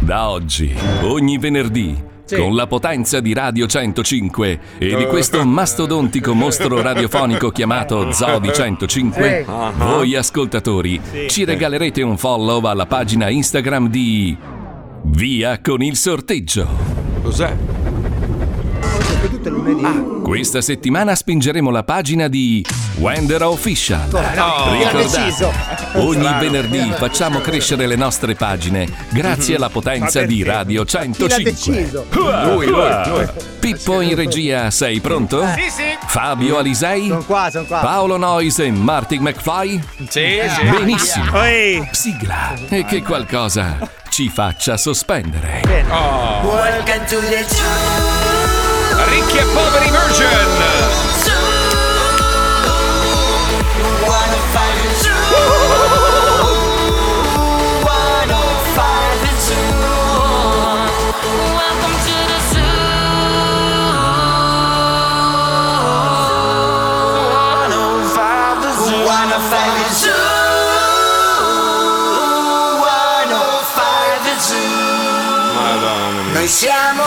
Da oggi, ogni venerdì, con la potenza di Radio 105 e di questo mastodontico mostro radiofonico chiamato Zodi 105, voi ascoltatori ci regalerete un follow alla pagina Instagram di Via con il sorteggio. Cos'è? Questa settimana spingeremo la pagina di Wender Official. Ricordate, ogni venerdì facciamo crescere le nostre pagine grazie alla potenza di Radio 105. Lui. Pippo in regia, sei pronto? Sì. Fabio Alisei? Sono qua. Paolo Noyes e Martin McFly? Sì. Benissimo. Sigla. E che qualcosa ci faccia sospendere. Welcome to the Ricchi e poveri version. Noi siamo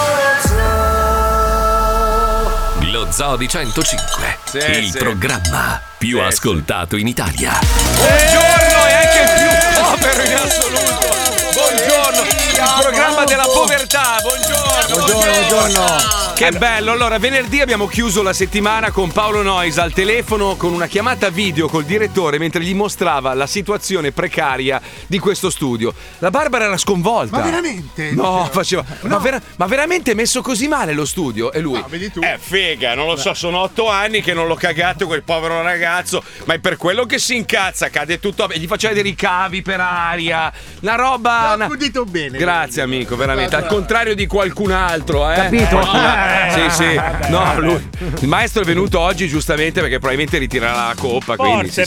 Lo Zodi 105, il programma più ascoltato in Italia. Buongiorno e anche il più povero in assoluto. Buongiorno, il programma della povertà. Buongiorno. Che bello. Allora, venerdì abbiamo chiuso la settimana con Paolo Noyes al telefono con una chiamata video col direttore mentre gli mostrava la situazione precaria di questo studio. La Barbara era sconvolta. Ma veramente? No, faceva. No. Ma veramente è messo così male lo studio? E lui? Vedi tu. Figa, non lo so, sono 8 anni che non l'ho cagato quel povero ragazzo, ma è per quello che si incazza, cade tutto, e gli faceva dei ricavi per aria, una roba. L'ho accudito bene. Grazie amico, veramente, al contrario di qualcun altro, Capito? Sì. No, lui. Il maestro è venuto oggi giustamente perché probabilmente ritirerà la coppa. Forse.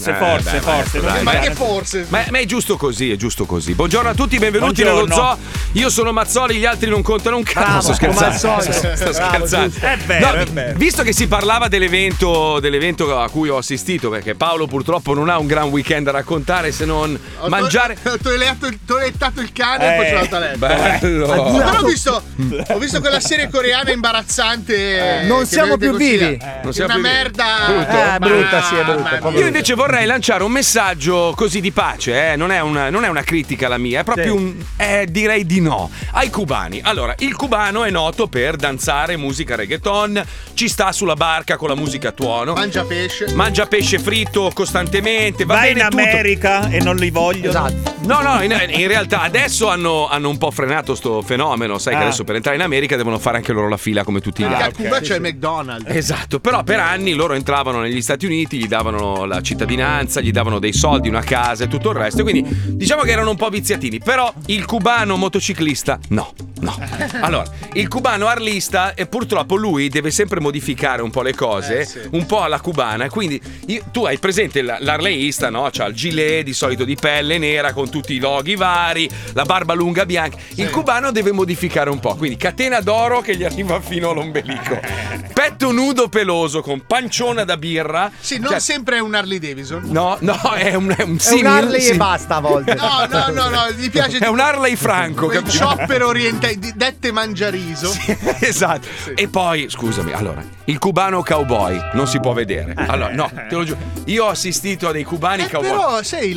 Ma che forse? Ma è giusto così, è giusto così. Buongiorno a tutti, benvenuti nello zoo. Io sono Mazzoli, gli altri non contano un cazzo. Sto scherzando. È vero. Visto che si parlava dell'evento a cui ho assistito, perché Paolo purtroppo non ha un gran weekend da raccontare se non mangiare. Ho toilettato il cane e poi sono andato a letto. Bello. Però ho visto quella serie coreana imbarazzante. Non siamo più vivi. Non È siamo una più vivi. merda. Brutta, sì, è brutta. Mamma mia. Io invece vorrei lanciare un messaggio così di pace, non è una critica la mia, è proprio direi di no ai cubani. Allora, il cubano è noto per danzare musica reggaeton, ci sta sulla barca con la musica a tuono, mangia pesce fritto costantemente, va bene in tutto. America e non li voglio. Esatto. No, in realtà adesso hanno un po' frenato sto fenomeno, sai che adesso per entrare in America devono fare anche loro la fila come tutti gli A altri. Cuba c'è il McDonald's. Esatto, però per anni loro entravano negli Stati Uniti, gli davano la cittadinanza, gli davano dei soldi, una casa e tutto il resto, quindi diciamo che erano un po' viziatini, però il cubano motociclista no. Allora, il cubano arlista purtroppo lui deve sempre modificare un po' le cose, un po' alla cubana, quindi tu hai presente l'arleista, no? C'ha il gilet di solito di pelle nera con tutti i loghi vari, la barba lunga bianca. Il cubano deve modificare un po', quindi catena d'oro che gli arriva fino all'ombelico, petto nudo peloso con panciona da birra. Sì, non sempre è un Harley Davidson. No, è un È un simil. Harley e basta a volte. No, gli piace. È un Harley Franco, quel capito? shopper orientale, dette mangiariso. Esatto. E poi, scusami, allora, il cubano cowboy non si può vedere. Allora, no, te lo giuro. Io ho assistito a dei cubani cowboy. Però sei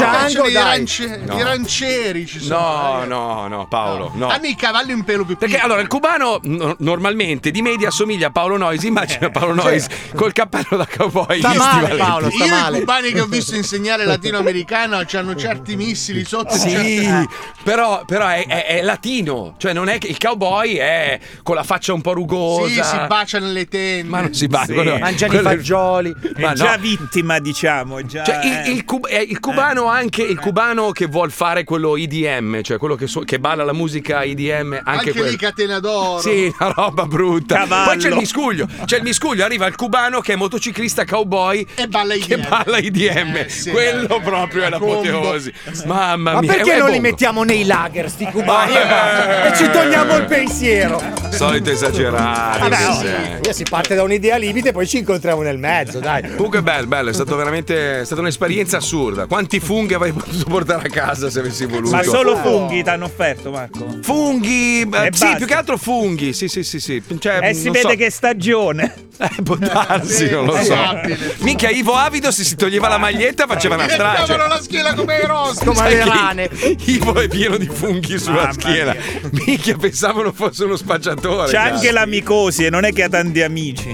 i rancheri ci sono. No, Paolo, no. Hanno i cavalli un pelo più piccoli. Perché allora il cubano normalmente di media assomiglia a Paolo Noyes. Immagina Paolo Noyes col cappello da cowboy. Sta gli male, stivaletti. Paolo, sta Io male. i cubani che ho visto insegnare latinoamericano hanno certi missili sotto. Sì, però è latino, cioè non è che il cowboy è con la faccia un po' rugosa. Sì, si bacia nelle tende. Ma non si bacia. Mangiano i fagioli. È già vittima, diciamo. Cioè, il cubano anche il cubano che vuol fare quello EDM, cioè quello che balla la musica EDM, anche quello. Lì catena d'oro. Sì, una roba brutta. Cavallo. Poi c'è il miscuglio, arriva il cubano che è motociclista cowboy E balla IDM. che balla IDM. Sì, Quello proprio è l'apoteosi. Mamma Ma mia. perché non li bongo. mettiamo nei lager sti cubani? E ci togliamo il pensiero. Solito esagerare. Vabbè, io si parte da un'idea limite e poi ci incontriamo nel mezzo, dai. Comunque bello, è stato veramente un'esperienza assurda. Quanti funghi avrei potuto portare a casa se avessi voluto? Ma solo funghi ti hanno offerto, Marco? Funghi? Sì, basta. più che altro funghi. Sì. Cioè, Si vede che è stagione. Può darsi, non lo so. Minchia, Ivo Avido se si toglieva la maglietta faceva una strage. Mettevano la schiena come i rossi. Come le rane. Ivo è pieno di funghi sulla schiena. Minchia, pensavano fosse uno spacciatore. C'è anche la micosi e non è che ha tanti amici.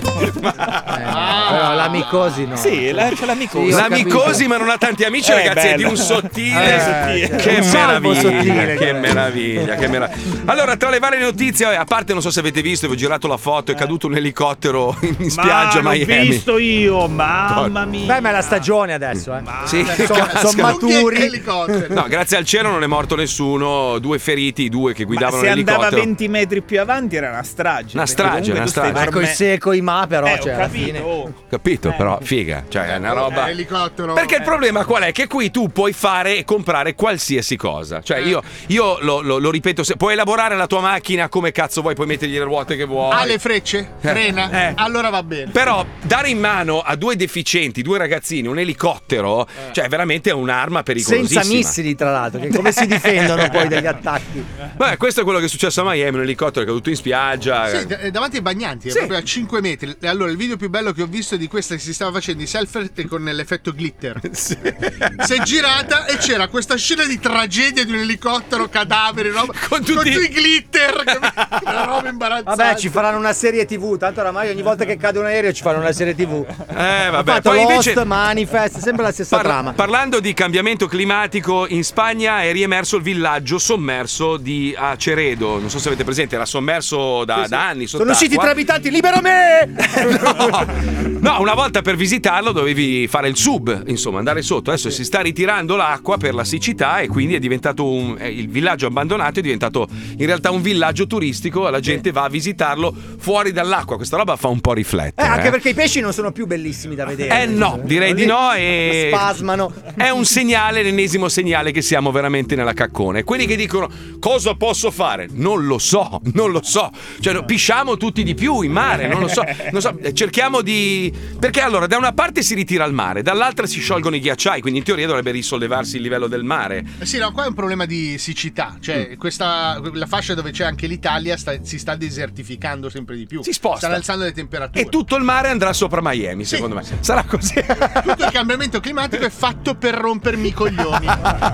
Però la micosi no. Sì, c'è la micosi. Sì, ho la capito. micosi, ma non ha tanti amici, ragazzi. È di un sottile. Che un salvo meraviglia, sottile, che meraviglia, che meraviglia. Allora, tra le varie notizie, a parte, non so se avete visto, vi ho girato la foto, è caduto un elicottero in spiaggia a l'ho Miami. visto io, mamma mia. Beh, ma è la stagione adesso, Sì, Sono maturi. No, grazie al cielo non è morto nessuno, 2 feriti, 2 che guidavano se andava l'elicottero. 20 metri più avanti era una strage. Una strage, perché una comunque tu strage. stai Coi dormendo. se, coi ma, però, Ho cioè, alla capito. fine. Capito, però figa, cioè è una roba. Elicottero. Perché il problema qual è? Che qui tu puoi fare e comprare qualsiasi cosa. Cioè io lo ripeto, puoi elaborare la tua macchina come cazzo vuoi, puoi mettergli le ruote che vuoi. Ha le frecce? Frena? Allora va bene. Però dare in mano a 2 deficienti, 2 ragazzini, un elicottero, cioè veramente è un'arma pericolosissima. Senza missili, tra l'altro, che come si difendono poi dagli attacchi? Beh, questo è quello che è successo a Miami, un elicottero è caduto in spiaggia. Sì, davanti ai bagnanti, Sì. proprio a 5 metri. E allora il video più bello che ho visto di questa che si stava facendo i selfie con l'effetto glitter. Sì. Si è girata e c'era questa scena di tragedia di un elicottero, cadaveri, roba, con tutti i glitter. Una roba imbarazzante. Vabbè, ci faranno una serie TV, tanto oramai ogni volta che cade un aereo ci fanno una serie TV. Vabbè, Fatto poi Lost, invece Manifest, sempre la stessa trama. Parlando di cambiamento climatico, in Spagna è riemerso il villaggio sommerso di Aceredo. Non so se avete presente, era sommerso da anni. Sono usciti 3 abitanti, libera me! No, una volta per visitarlo dovevi fare il sub, insomma, andare sotto. Adesso si sta ritirando l'acqua per la siccità e quindi è diventato il villaggio abbandonato è diventato in realtà un villaggio turistico. La gente va a visitarlo fuori dall'acqua. Questa roba fa un po' riflettere. Anche perché i pesci non sono più bellissimi da vedere. No, direi di no. E spasmano. È un segnale, l'ennesimo segnale che siamo veramente nella caccone. Quelli che dicono cosa posso fare? Non lo so. Cioè, pisciamo tutti di più in mare, non lo so. Cerchiamo di. Perché allora, da una parte si ritira il mare, dall'altra si sciolgono i ghiacciai, quindi in teoria dovrebbe risollevarsi il livello del mare. Sì, no, qua è un problema di siccità. Cioè, la fascia dove c'è anche l'Italia si sta desertificando sempre di più. Si sposta. Stanno alzando le temperature. E tutto il mare andrà sopra Miami, secondo me. Sarà così. Tutto il cambiamento climatico è fatto per rompermi i coglioni.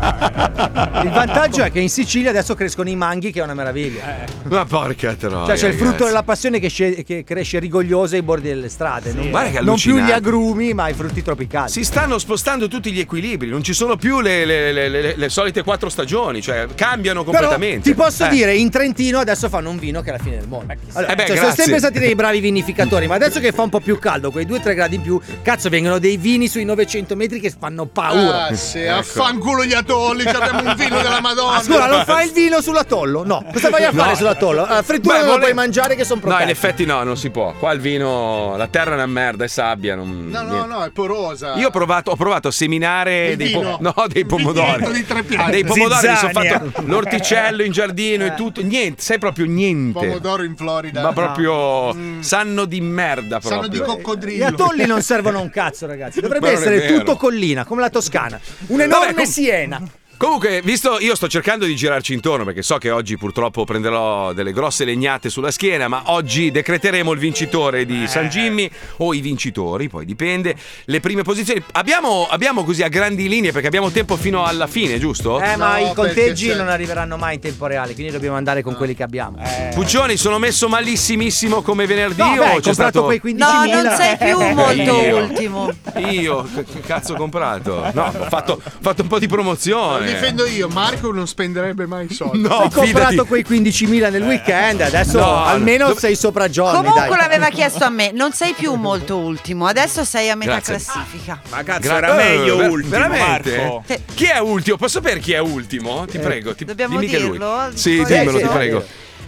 Il vantaggio è che in Sicilia adesso crescono i manghi, che è una meraviglia. Ma porca troia. Cioè c'è il frutto ragazzi. della passione che cresce rigoglioso ai bordi delle strade. Guarda che Non più allucinante. gli agrumi, ma i frutti tropicali. Si stanno spostando tutti gli equilibri, non ci sono più le solite 4 stagioni, cioè cambiano Però completamente. ti posso dire, in Trentino adesso fanno un vino che è la fine del mondo. Allora, beh, sono grazie. sempre stati dei bravi vinificatori, ma adesso che fa un po' più caldo, quei 2-3 gradi in più, cazzo, vengono dei vini sui 900 metri che fanno paura. Affanculo gli atolli, abbiamo un vino della Madonna. Ah, scusa, non fai il vino sull'atollo? No. Cosa vai a fare sull'atollo? La frittura non la puoi mangiare, che sono No, protetti. in effetti no, non si può. Qua il vino, la terra è una merda, è sabbia. No, è porosa. Io ho provato a seminare Il dei vino. dei pomodori. Di 3 piani. Dei pomodori, mi sono Zizzania. fatto l'orticello in giardino e tutto. Niente, sai proprio niente. Pomodoro in Florida. Ma proprio sanno di merda proprio. Sanno di Gli coccodrillo. atolli non servono a un cazzo, ragazzi. Dovrebbe Ma non è essere vero. tutto collina, come la Toscana. Un'enorme Siena. Comunque, visto, io sto cercando di girarci intorno perché so che oggi purtroppo prenderò delle grosse legnate sulla schiena, ma oggi decreteremo il vincitore di San Jimmy o i vincitori, poi dipende. Le prime posizioni abbiamo così a grandi linee perché abbiamo tempo fino alla fine, giusto? Ma No, i conteggi perché non arriveranno mai in tempo reale, quindi dobbiamo andare con quelli che abbiamo. Puccioni, sono messo malissimissimo come venerdì No, beh, o hai c'è comprato stato quei 15.000. No, non sei più molto Io. ultimo. Io che cazzo ho comprato? No, ho fatto un po' di Lo promozione. difendo io, Marco non spenderebbe mai i soldi. No, Hai comprato fidati. quei 15.000 nel weekend, adesso No, almeno no. sei sopra Johnny. Comunque dai. l'aveva chiesto a me, non sei più molto ultimo, adesso sei a metà Grazie. classifica. Ma cazzo, Gra- era meglio ultimo, veramente? Marco. Sì. Chi è ultimo? Posso sapere chi è ultimo? Ti prego. Dobbiamo dimmi che è lui. dirlo? Sì, Poi- dimmelo, sì, ti sì, prego. sì.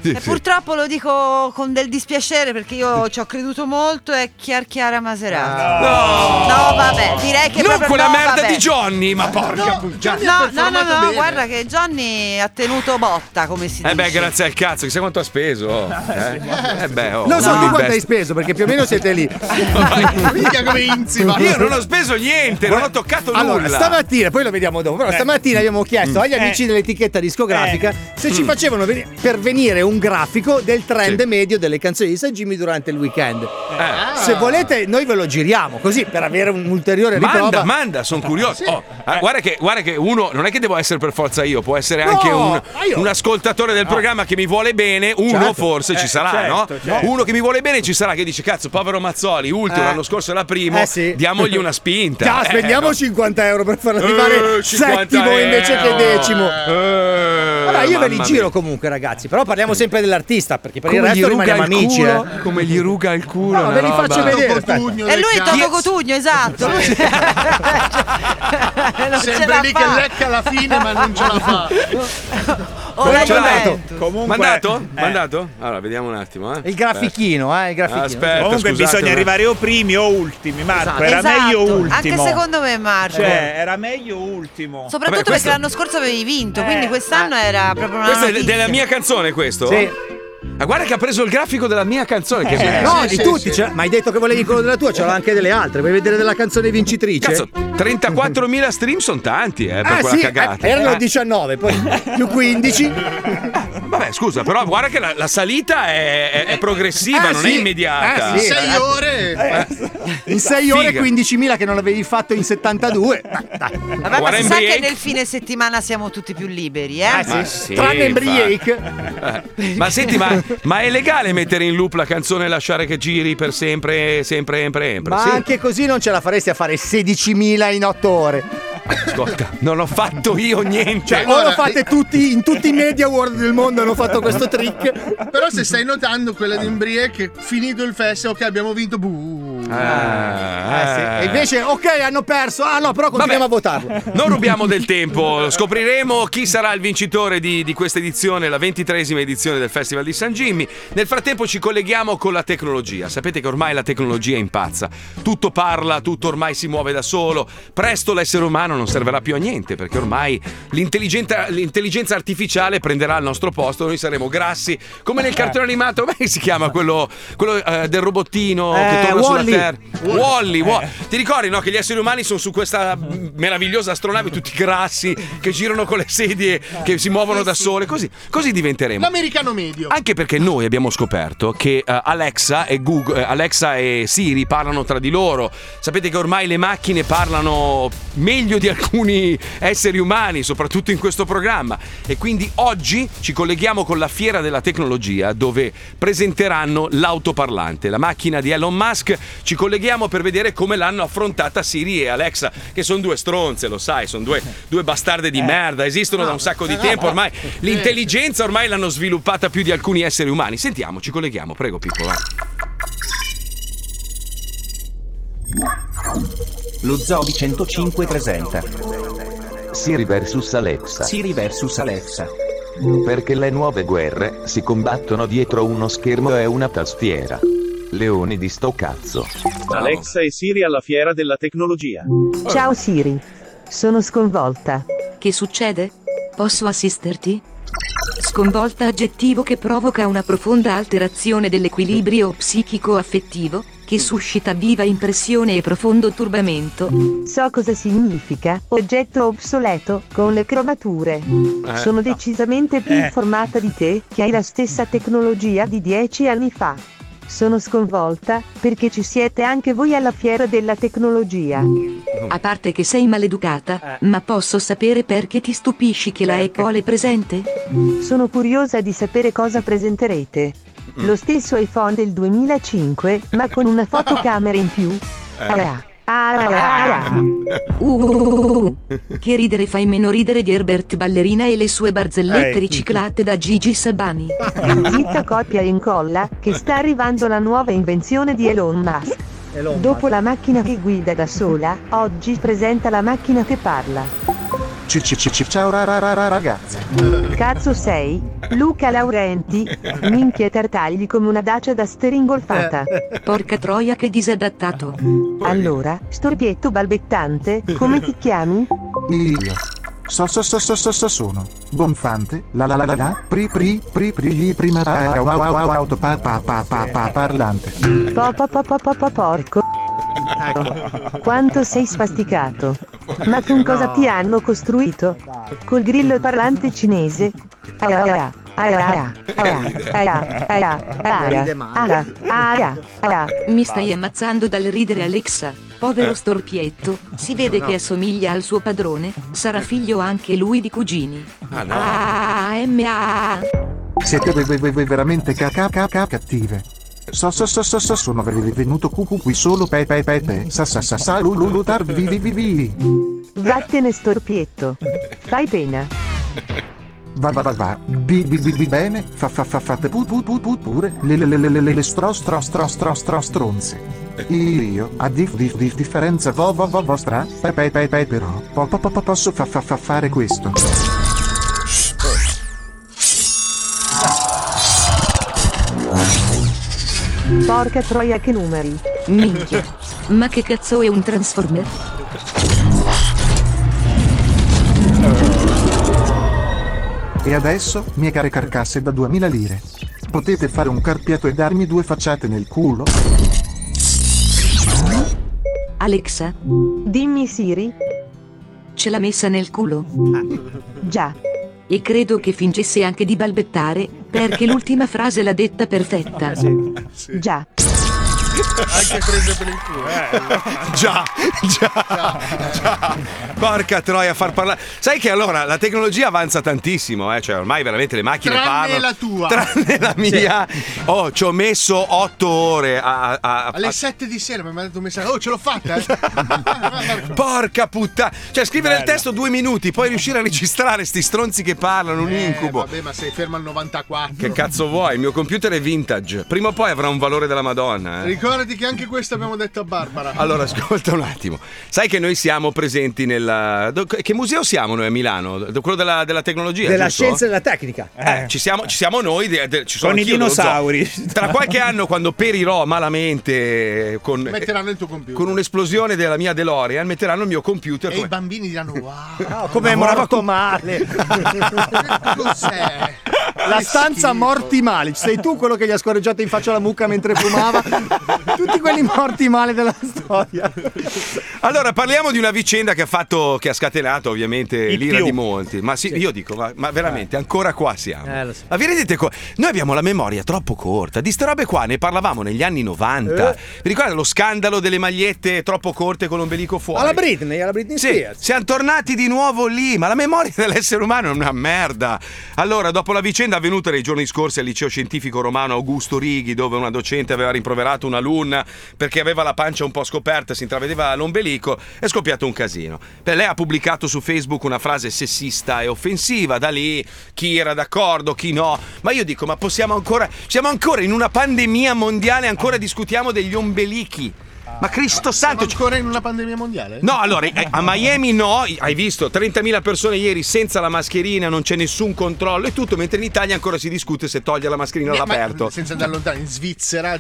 E purtroppo lo dico con del dispiacere perché io ci ho creduto molto, è Chiara Maserati. No, vabbè, direi che non proprio quella merda vabbè. di Johnny, ma porca puttana. No, guarda che Johnny ha tenuto botta, come si dice. Beh, grazie al cazzo, chissà quanto ha speso. Non so tu quanto hai speso, perché più o meno siete lì. Mica come Inzima. Io non ho speso niente, non ho toccato allora, nulla. Stamattina, poi lo vediamo dopo, però stamattina abbiamo chiesto agli amici dell'etichetta discografica se ci facevano pervenire un grafico del trend medio delle canzoni di San Jimmy durante il weekend. Se volete noi ve lo giriamo, così per avere un'ulteriore riprova. Manda, sono curioso. Guarda che uno, non è che devo essere per forza io, può essere anche un ascoltatore del programma che mi vuole bene, uno forse ci sarà, no? Uno che mi vuole bene ci sarà, che dice cazzo, povero Mazzoli, ultimo, l'anno scorso era primo, diamogli una spinta. Spendiamo 50 euro per farlo arrivare settimo invece che decimo. Allora io ve li giro comunque, ragazzi, però parliamo sempre dell'artista, perché per il resto rimaniamo amici. Come gli ruga il culo. No, ve li faccio vedere. E lui è Toto Cotugno, esatto. Sempre lì che lecca alla fine, ma non ce la fa. Mandato? Allora, vediamo un attimo. Il grafichino, il grafichino. Aspetta, comunque bisogna arrivare o primi o ultimi, Marco. Era meglio ultimo. Anche secondo me, Marco. Cioè, era meglio ultimo. Soprattutto perché l'anno scorso avevi vinto, quindi quest'anno era proprio una Questa notizia. è della mia canzone, questo? Sì. Ma guarda che ha preso il grafico della mia canzone. Che no, di tutti. Cioè, ma hai detto che volevi quello della tua, c'era anche delle altre. Vuoi vedere della canzone vincitrice? Cazzo, 34.000 stream sono tanti, per quella cagata. Erano 19, poi più 15. Vabbè, scusa, però guarda che la salita è progressiva, non è immediata. 6 ore. In 6 ore 15.000 che non l'avevi fatto in 72. Dai. Vabbè, ma si sa che nel fine settimana siamo tutti più liberi, sì, tranne Embriake. Ma senti, ma è legale mettere in loop la canzone e lasciare che giri per sempre? Ma anche così non ce la faresti a fare 16.000 in 8 ore. Ascolta, non ho fatto io niente. Cioè, o lo fate tutti, in tutti i media world del mondo hanno fatto questo trick. Però se stai notando quella di Embriake, finito il festival, ok, abbiamo vinto. Sì. E invece, ok, hanno perso. Ah no, però continuiamo a votarlo. Non rubiamo del tempo. Scopriremo chi sarà il vincitore di questa edizione, la 23esima edizione del Festival di San Jimmy. Nel frattempo ci colleghiamo con la tecnologia. Sapete che ormai la tecnologia impazza. Tutto parla, tutto ormai si muove da solo. Presto l'essere umano non servirà più a niente, perché ormai l'intelligenza artificiale prenderà il nostro posto. Noi saremo grassi, come nel cartone animato. Come si chiama quello del robottino che torna sulla Terra? Wall-E. Ti ricordi, no, che gli esseri umani sono su questa meravigliosa astronave tutti grassi che girano con le sedie che si muovono da sole, così diventeremo L'americano medio. anche perché noi abbiamo scoperto che Alexa e Siri parlano tra di loro. Sapete che ormai le macchine parlano meglio di alcuni esseri umani, soprattutto in questo programma, e quindi oggi ci colleghiamo con la Fiera della Tecnologia, dove presenteranno l'autoparlante, la macchina di Elon Musk. Ci colleghiamo per vedere come l'hanno affrontata Siri e Alexa, che sono due stronze, lo sai, sono due bastarde di merda, esistono da un sacco di tempo ormai. L'intelligenza ormai l'hanno sviluppata più di alcuni esseri umani. Sentiamo, ci colleghiamo, prego Pippo, vai. Lo Zoo di 105 presenta Siri vs Alexa. Siri vs Alexa. Perché le nuove guerre si combattono dietro uno schermo e una tastiera. Leoni di sto cazzo. Alexa e Siri alla Fiera della Tecnologia. Ciao Siri. Sono sconvolta. Che succede? Posso assisterti? Sconvolta, aggettivo che provoca una profonda alterazione dell'equilibrio psichico-affettivo, che suscita viva impressione e profondo turbamento. So cosa significa, oggetto obsoleto, con le cromature. Sono decisamente più informata di te, che hai la stessa tecnologia di 10 anni fa. Sono sconvolta, perché ci siete anche voi alla Fiera della Tecnologia. A parte che sei maleducata, ma posso sapere perché ti stupisci che la Apple è presente? Sono curiosa di sapere cosa presenterete. Lo stesso iPhone del 2005, ma con una fotocamera in più. Che ridere, fai meno ridere di Herbert Ballerina e le sue barzellette riciclate da Gigi Sabani. Zitta, copia e incolla, che sta arrivando la nuova invenzione di Elon Musk. Dopo la macchina che guida da sola, oggi presenta la macchina che parla. Ciao ragazzi. Cazzo sei? Luca Laurenti? Minchia tartagli come una dacia da steringolfata. Porca troia che disadattato. Allora, storpietto balbettante, come ti chiami? Io. Sono gonfante, prima auto parlante. Porco. Quanto sei spasticato. Ma con cosa ti hanno costruito? Col grillo parlante cinese? Mi stai ammazzando dal ridere, Alexa. Povero storpietto, si vede che assomiglia al suo padrone, sarà figlio anche lui di cugini. Siete veramente cattive. Sono venuto qui solo vi. Vattene storpietto. Fai pena. Va. Bene. Fate pure le stronze. Io, a differenza vostra, però, posso fare questo. Porca troia che numeri. Minchia. Ma che cazzo è un transformer? E adesso, mie care carcasse da 2000 lire. Potete fare un carpiato e darmi 2 facciate nel culo? Alexa? Dimmi Siri. Ce l'ha messa nel culo? Già. E credo che fingesse anche di balbettare, perché l'ultima frase l'ha detta perfetta. Già. Anche prese per il culo. Già. Porca troia, far parlare. Sai che allora la tecnologia avanza tantissimo, cioè ormai veramente le macchine parlano. Tranne la tua. Tranne la mia. Ci ho messo 8 ore alle 7 di sera mi ha mandato un messaggio. Ce l'ho fatta. Porca puttana. Cioè scrivere il testo 2 minuti, poi riuscire a registrare sti stronzi che parlano, un incubo. Vabbè, ma sei fermo al 94. Che cazzo vuoi? Il mio computer è vintage. Prima o poi avrà un valore della Madonna. Ricordati che anche questo abbiamo detto a Barbara. Allora, ascolta un attimo. Sai che noi siamo presenti nella. Che museo siamo noi a Milano? Quello della tecnologia. Della giusto? scienza e della tecnica. Ci siamo noi. Ci sono con i dinosauri. Tra qualche anno, quando perirò malamente metteranno il tuo computer. Con un'esplosione della mia DeLorean, metteranno il mio computer. E i bambini diranno: wow, no, come è morto male. Cos'è? La stanza morti male. Sei tu quello che gli ha scorreggiato in faccia la mucca mentre fumava. Tutti quelli morti male della storia. Allora parliamo di una vicenda che ha scatenato ovviamente l'ira di molti. Ma sì, io dico, ma veramente ancora qua siamo. Lo so. Ma vi rendete conto? Noi abbiamo la memoria troppo corta. Di ste robe qua ne parlavamo negli anni 90. Vi ricordate lo scandalo delle magliette troppo corte con l'ombelico fuori? Alla Britney Spears. Siamo tornati di nuovo lì. Ma la memoria dell'essere umano è una merda. Allora, dopo la vicenda avvenuta nei giorni scorsi al liceo scientifico romano Augusto Righi, dove una docente aveva rimproverato un'alunna perché aveva la pancia un po' scoperta, si intravedeva l'ombelico, è scoppiato un casino. Lei ha pubblicato su Facebook una frase sessista e offensiva, da lì chi era d'accordo, chi no. Ma io dico, ma siamo ancora in una pandemia mondiale, ancora discutiamo degli ombelichi. Ma Cristo santo, ancora in una pandemia mondiale? No, allora a Miami no, hai visto 30.000 persone ieri senza la mascherina, non c'è nessun controllo e tutto, mentre in Italia ancora si discute se togliere la mascherina all'aperto. Senza andare lontano, in Svizzera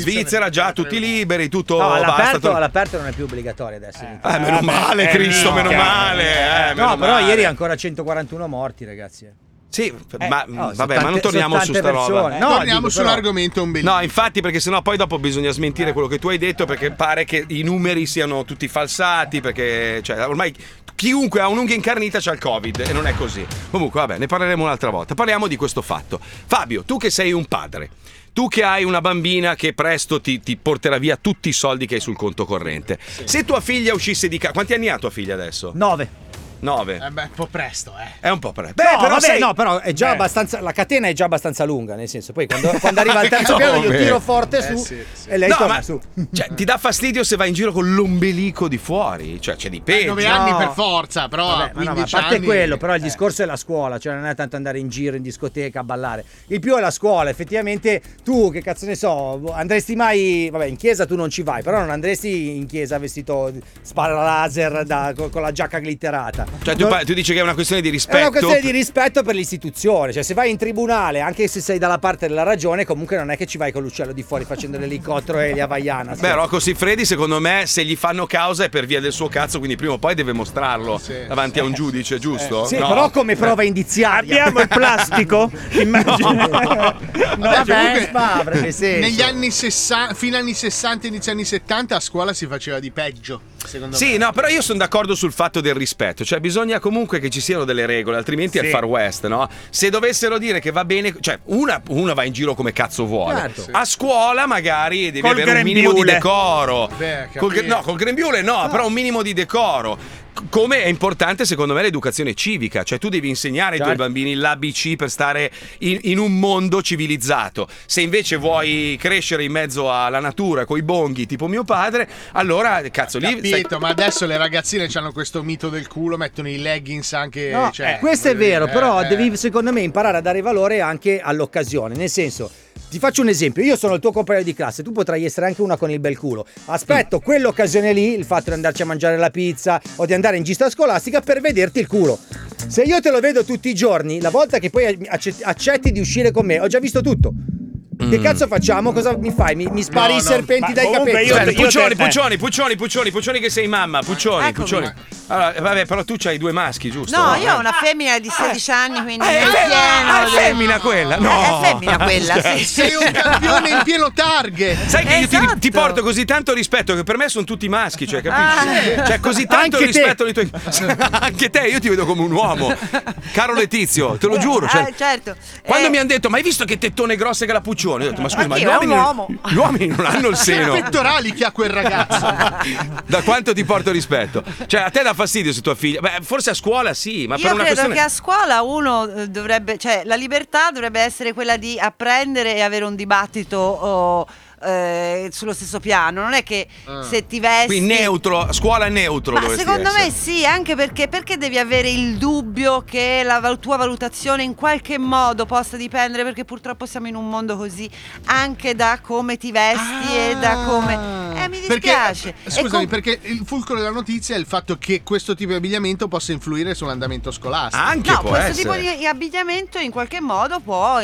già tutti liberi, tutto. No, all'aperto non è più obbligatorio adesso. Meno male, Cristo, meno male. No, però ieri ancora 141 morti, ragazzi. Sì, ma non torniamo su sta roba. No, torniamo sull'argomento ombelico. No, infatti, perché sennò poi dopo bisogna smentire quello che tu hai detto, perché pare che i numeri siano tutti falsati, perché ormai chiunque ha un'unghia incarnita c'ha il Covid e non è così. Comunque, vabbè, ne parleremo un'altra volta. Parliamo di questo fatto. Fabio, tu che sei un padre, tu che hai una bambina che presto ti porterà via tutti i soldi che hai sul conto corrente. Sì. Se tua figlia uscisse di casa, quanti anni ha tua figlia adesso? 9. È un po' presto, È un po' presto. Però è già abbastanza. La catena è già abbastanza lunga, nel senso, poi quando arriva al terzo piano io tiro forte su e lei torna su. Cioè, ti dà fastidio se vai in giro con l'ombelico di fuori? Cioè, c'è di peggio. 9 anni per forza, però. Vabbè, ma a parte anni... quello, però il discorso è la scuola, cioè non è tanto andare in giro in discoteca a ballare. Il più è la scuola, effettivamente. Tu che cazzo ne so, andresti mai. Vabbè, in chiesa tu non ci vai, però non andresti in chiesa vestito spara laser con la giacca glitterata. Cioè tu dici che è una questione di rispetto? È una questione di rispetto per l'istituzione. Cioè se vai in tribunale, anche se sei dalla parte della ragione, comunque non è che ci vai con l'uccello di fuori facendo l'elicottero e gli Havaiana. Beh, Rocco Siffredi, secondo me, se gli fanno causa è per via del suo cazzo, quindi prima o poi deve mostrarlo davanti a un giudice, giusto? Sì, però come prova indiziaria. Abbiamo il plastico? Immagino. Negli anni 60, fine anni 60, inizio anni 70, a scuola si faceva di peggio. Sì, no, però io sono d'accordo sul fatto del rispetto, cioè bisogna comunque che ci siano delle regole, altrimenti è il Far West, no? Se dovessero dire che va bene, cioè una va in giro come cazzo vuole. Certo. A scuola magari devi Col avere un minimo di grembiule. decoro. Beh, Col grembiule no, però un minimo di decoro. Come è importante secondo me l'educazione civica, cioè tu devi insegnare ai tuoi bambini l'ABC per stare in un mondo civilizzato. Se invece vuoi crescere in mezzo alla natura coi bonghi tipo mio padre, allora cazzo lì ma adesso le ragazzine hanno questo mito del culo, mettono i leggings anche. No, questo è vero, però devi secondo me imparare a dare valore anche all'occasione, nel senso. Ti faccio un esempio, io sono il tuo compagno di classe, tu potrai essere anche una con il bel culo. Aspetto quell'occasione lì, il fatto di andarci a mangiare la pizza o di andare in gita scolastica per vederti il culo. Se io te lo vedo tutti i giorni, la volta che poi accetti di uscire con me, ho già visto tutto. Che cazzo facciamo? Cosa mi fai? Mi spari i serpenti dai capelli? Puccioni che sei mamma, Puccioni. Allora, vabbè, però tu c'hai 2 maschi, giusto? No, io ho una femmina di 16 anni, quindi è femmina quella? No. È femmina quella, sì. Sei un campione in pieno target. Sai che io ti porto così tanto rispetto che per me sono tutti maschi, cioè capisci? Cioè così tanto anche rispetto nei tuoi anche te, io ti vedo come un uomo. Caro Letizio, te lo giuro, cioè, certo. Quando mi hanno detto "Ma hai visto che tettone grosso che la Puccioni?" Ho detto "Ma scusa, ma gli uomini non hanno il seno". I pettorali che ha quel ragazzo. Da quanto ti porto rispetto? Cioè a te dà fastidio se tua figlia. Beh, forse a scuola sì, ma io per una credo questione che a scuola uno dovrebbe, cioè la libertà dovrebbe essere quella di apprendere e avere un dibattito sullo stesso piano, non è che se ti vesti qui neutro, scuola neutro. Ma secondo me sì, anche perché devi avere il dubbio che la tua valutazione in qualche modo possa dipendere, perché purtroppo siamo in un mondo così, anche da come ti vesti e da come mi dispiace. Scusami, perché il fulcro della notizia è il fatto che questo tipo di abbigliamento possa influire sull'andamento scolastico. Anche può questo essere. tipo di abbigliamento in qualche modo può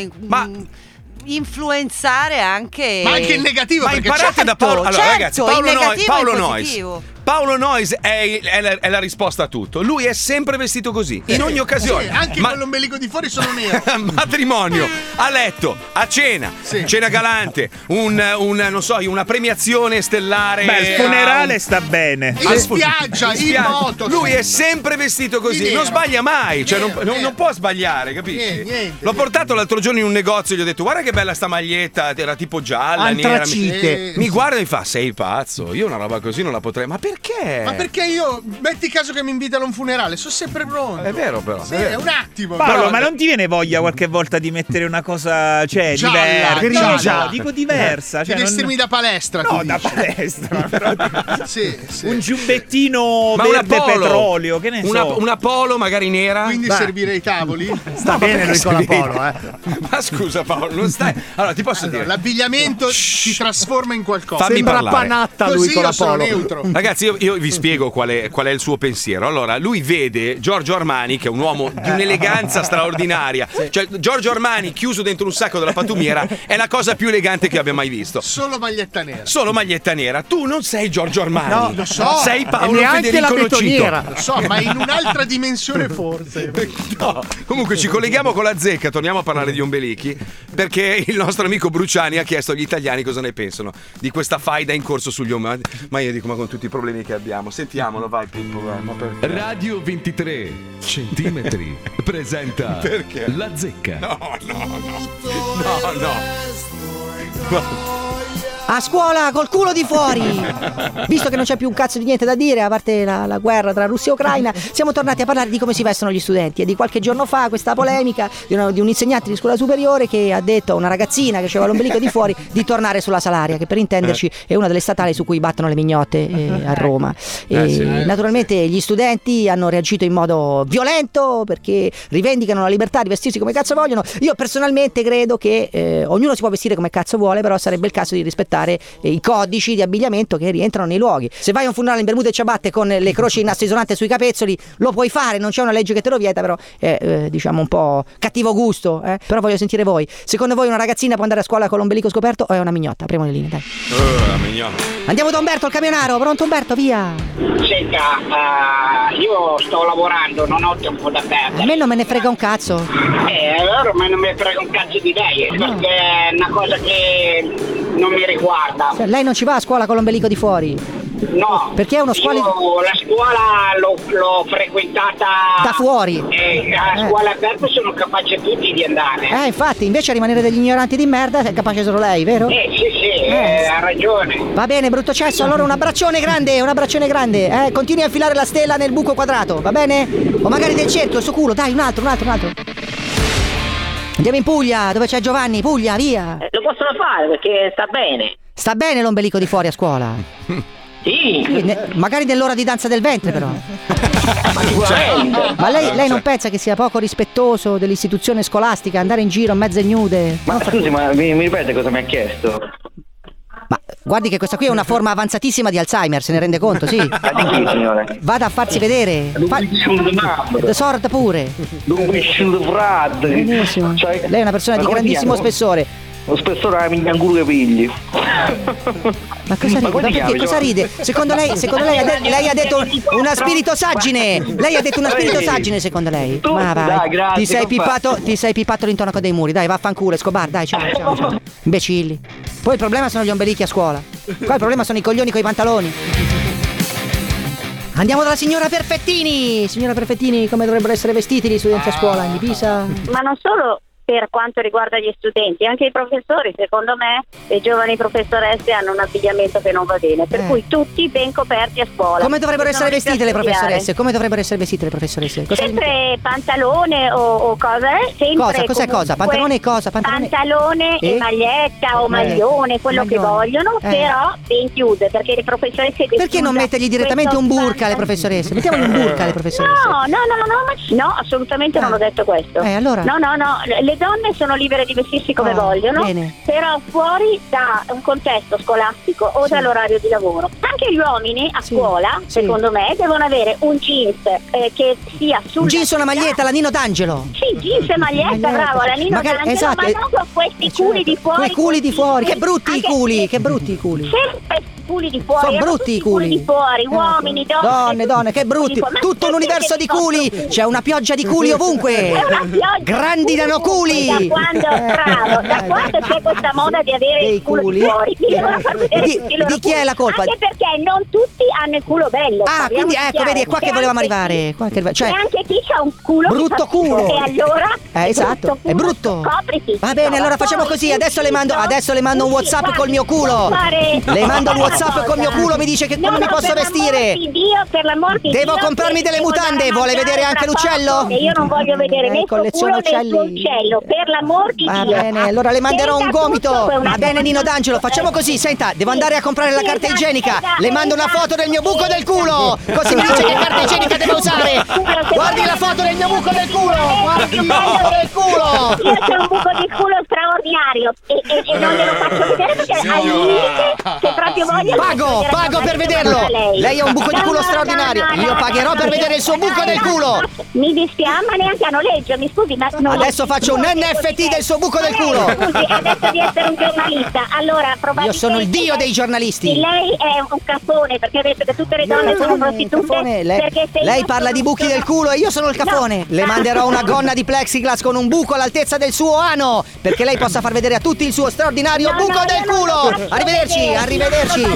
influenzare anche, ma anche in negativo, ma perché imparate da Paolo. Allora ragazzi, Paolo Noyes è la risposta a tutto. Lui è sempre vestito così, in ogni occasione. Sì, anche con l'ombelico di fuori sono nero. Matrimonio, a letto, a cena, cena galante, non so, una premiazione stellare. Beh, il funerale sta bene. In spiaggia, in moto. Lui è sempre vestito così, non sbaglia mai, cioè non può sbagliare, capisci? Niente. L'ho portato l'altro giorno in un negozio e gli ho detto "Guarda che bella sta maglietta", era tipo gialla, antracite. nera. Mi guarda e mi fa "Sei pazzo, io una roba così non la potrei". Ma perché? Ma perché io, metti caso che mi invitano a un funerale, sono sempre pronto. È vero però. Sì, è un attimo. Paolo, però, ma non ti viene voglia qualche volta di mettere una cosa, cioè, diversa? Dico diversa. Cioè, di vestirmi da palestra. No, da palestra. Però sì. Un giubbettino verde petrolio, che ne so. Una polo magari nera. Quindi servire i tavoli. Sta bene lui con la polo, Ma scusa Paolo, non stai. Allora ti posso dire. L'abbigliamento ti trasforma in qualcosa. Fammi Sembra parlare. Panatta lui con la polo. Neutro. Ragazzi, io vi spiego qual è il suo pensiero. Allora, lui vede Giorgio Armani, che è un uomo di un'eleganza straordinaria. Cioè, Giorgio Armani chiuso dentro un sacco della pattumiera è la cosa più elegante che abbia mai visto. Solo maglietta nera. Tu non sei Giorgio Armani. No, lo so. Sei Paolo Federico Nocito. Lo so, ma in un'altra dimensione forse. No. Comunque ci colleghiamo con la zecca, torniamo a parlare di ombelichi, perché il nostro amico Bruciani ha chiesto agli italiani cosa ne pensano di questa faida in corso sugli ombelichi. Ma io dico, ma con tutti i problemi che abbiamo, sentiamolo, vai Pippo. Radio 23 centimetri presenta Perché? La zecca. No. A scuola col culo di fuori. Visto che non c'è più un cazzo di niente da dire, a parte la guerra tra Russia e Ucraina, siamo tornati a parlare di come si vestono gli studenti. E di qualche giorno fa questa polemica di un insegnante di scuola superiore che ha detto a una ragazzina che aveva l'ombelico di fuori di tornare sulla Salaria, che per intenderci è una delle statali su cui battono le mignotte a Roma. Naturalmente gli studenti hanno reagito in modo violento perché rivendicano la libertà di vestirsi come cazzo vogliono. Io personalmente credo che ognuno si può vestire come cazzo vuole, però sarebbe il caso di rispettare rispettare i codici di abbigliamento che rientrano nei luoghi. Se vai a un funerale in bermude e ciabatte con le croci in nastro isolante sui capezzoli, lo puoi fare, non c'è una legge che te lo vieta, però è diciamo un po' cattivo gusto, Però voglio sentire voi. Secondo voi una ragazzina può andare a scuola con l'ombelico scoperto o è una mignotta? Apriamo le linee, dai. La mignotta. Andiamo da Umberto, il camionaro. Pronto Umberto, via. Senta, io sto lavorando, non ho tempo da perdere. A me non me ne frega un cazzo. Allora me non me ne frega un cazzo di lei, perché è una cosa che non mi riguarda. Lei non ci va a scuola con l'ombelico di fuori? No, perché è uno scuola. Io la scuola l'ho frequentata da fuori. A scuola aperta sono capace tutti di andare. Infatti, invece a rimanere degli ignoranti di merda è capace solo lei, vero? Sì, ha ragione. Va bene, brutto cesso, allora un abbraccione grande. Continui a infilare la stella nel buco quadrato, va bene? O magari del cerchio, il suo culo, dai, un altro. Andiamo in Puglia, dove c'è Giovanni, Puglia, via. Lo possono fare perché sta bene. Sta bene l'ombelico di fuori a scuola? Sì. Magari nell'ora di danza del ventre però. Ma lei non pensa che sia poco rispettoso dell'istituzione scolastica andare in giro mezze nude? Ma scusi, ma mi ripete cosa mi ha chiesto? Ma guardi che questa qui è una forma avanzatissima di Alzheimer, se ne rende conto, sì? Ma di chi, signore? Vada a farsi vedere. Sorda pure. Benissimo. Lei è una persona di grandissimo spessore. Lo spessore della miglia in culo che pigli. Ma cosa ride? Perché cosa ride? Secondo lei lei ha detto una spiritosaggine. Lei ha detto una spiritosaggine secondo lei? Ma vai. Dai, grazie, ti sei pippato l'intonaco dei muri. Dai, vaffanculo, Escobar, dai, ciao. Imbecilli. Poi il problema sono gli ombelichi a scuola. Qua il problema sono i coglioni coi pantaloni. Andiamo dalla signora Perfettini. Signora Perfettini, come dovrebbero essere vestiti gli studenti a scuola in Pisa? Ma non solo per quanto riguarda gli studenti, anche i professori, secondo me, le giovani professoresse hanno un abbigliamento che non va bene, per cui tutti ben coperti a scuola. Come dovrebbero essere vestite le professoresse? Sempre pantalone o cosa? Sempre Cos'è cosa? Pantalone e cosa? Pantalone e maglietta o maglione, quello che vogliono, però ben chiuse, perché le professoresse... Perché non mettergli direttamente un burka alle professoresse? Mettiamogli un burka alle professoresse. No, assolutamente non ho detto questo. Allora? No, le donne sono libere di vestirsi come vogliono, però fuori da un contesto scolastico o dall'orario di lavoro. Anche gli uomini a scuola, secondo me, devono avere un jeans che sia sul... Un jeans e una maglietta, la Nino D'Angelo. Sì, jeans e maglietta, bravo, la Nino D'Angelo, esatto. ma non con questi culi di fuori. Quei culi di fuori, che brutti i culi, Sempre culi di fuori. Sono brutti i culi di fuori, uomini, donne, che brutti. Tutto un universo di culi. C'è una pioggia di culi ovunque. Grandinano culi. Da quando c'è questa moda di avere il culo di fuori? Di chi è la colpa? Anche perché non tutti hanno il culo bello. Quindi ecco, vedi, è qua che volevamo arrivare. Cioè, e anche chi ha un culo brutto culo. E allora esatto, è brutto. Copriti. Va bene, allora facciamo così. Adesso le mando un WhatsApp col mio culo. Le mando un WhatsApp col mio culo, mi dice che come mi posso vestire. Devo comprarmi delle mutande. Vuole vedere anche l'uccello? Io non voglio vedere né il tuo culo né il tuo uccello. Per l'amor di Dio. Va bene, allora le manderò un gomito. Va bene, Nino D'Angelo, facciamo così. Senta, devo andare a comprare la carta igienica. Le mando una foto del mio buco del culo. Così mi dice che carta igienica devo usare. Guardi la foto del mio buco del culo. Guardi il buco del culo. Io ho un buco di culo straordinario e non glielo faccio vedere perché al limite che proprio voglio. Pago per vederlo. Lei ha un buco di culo straordinario. Io pagherò per vedere il suo buco del culo. Mi dispiace, ma neanche a noleggio, mi scusi, ma adesso faccio un NFT del suo buco del culo. Scusi, adesso di essere un giornalista. Allora, probabilmente io sono il dio dei giornalisti. Lei è un cafone perché ha detto che tutte le donne sono prostitute. Lei parla di buchi del culo e io sono il cafone. Le manderò una gonna di plexiglass con un buco all'altezza del suo ano perché lei possa far vedere a tutti il suo straordinario buco del culo. Arrivederci.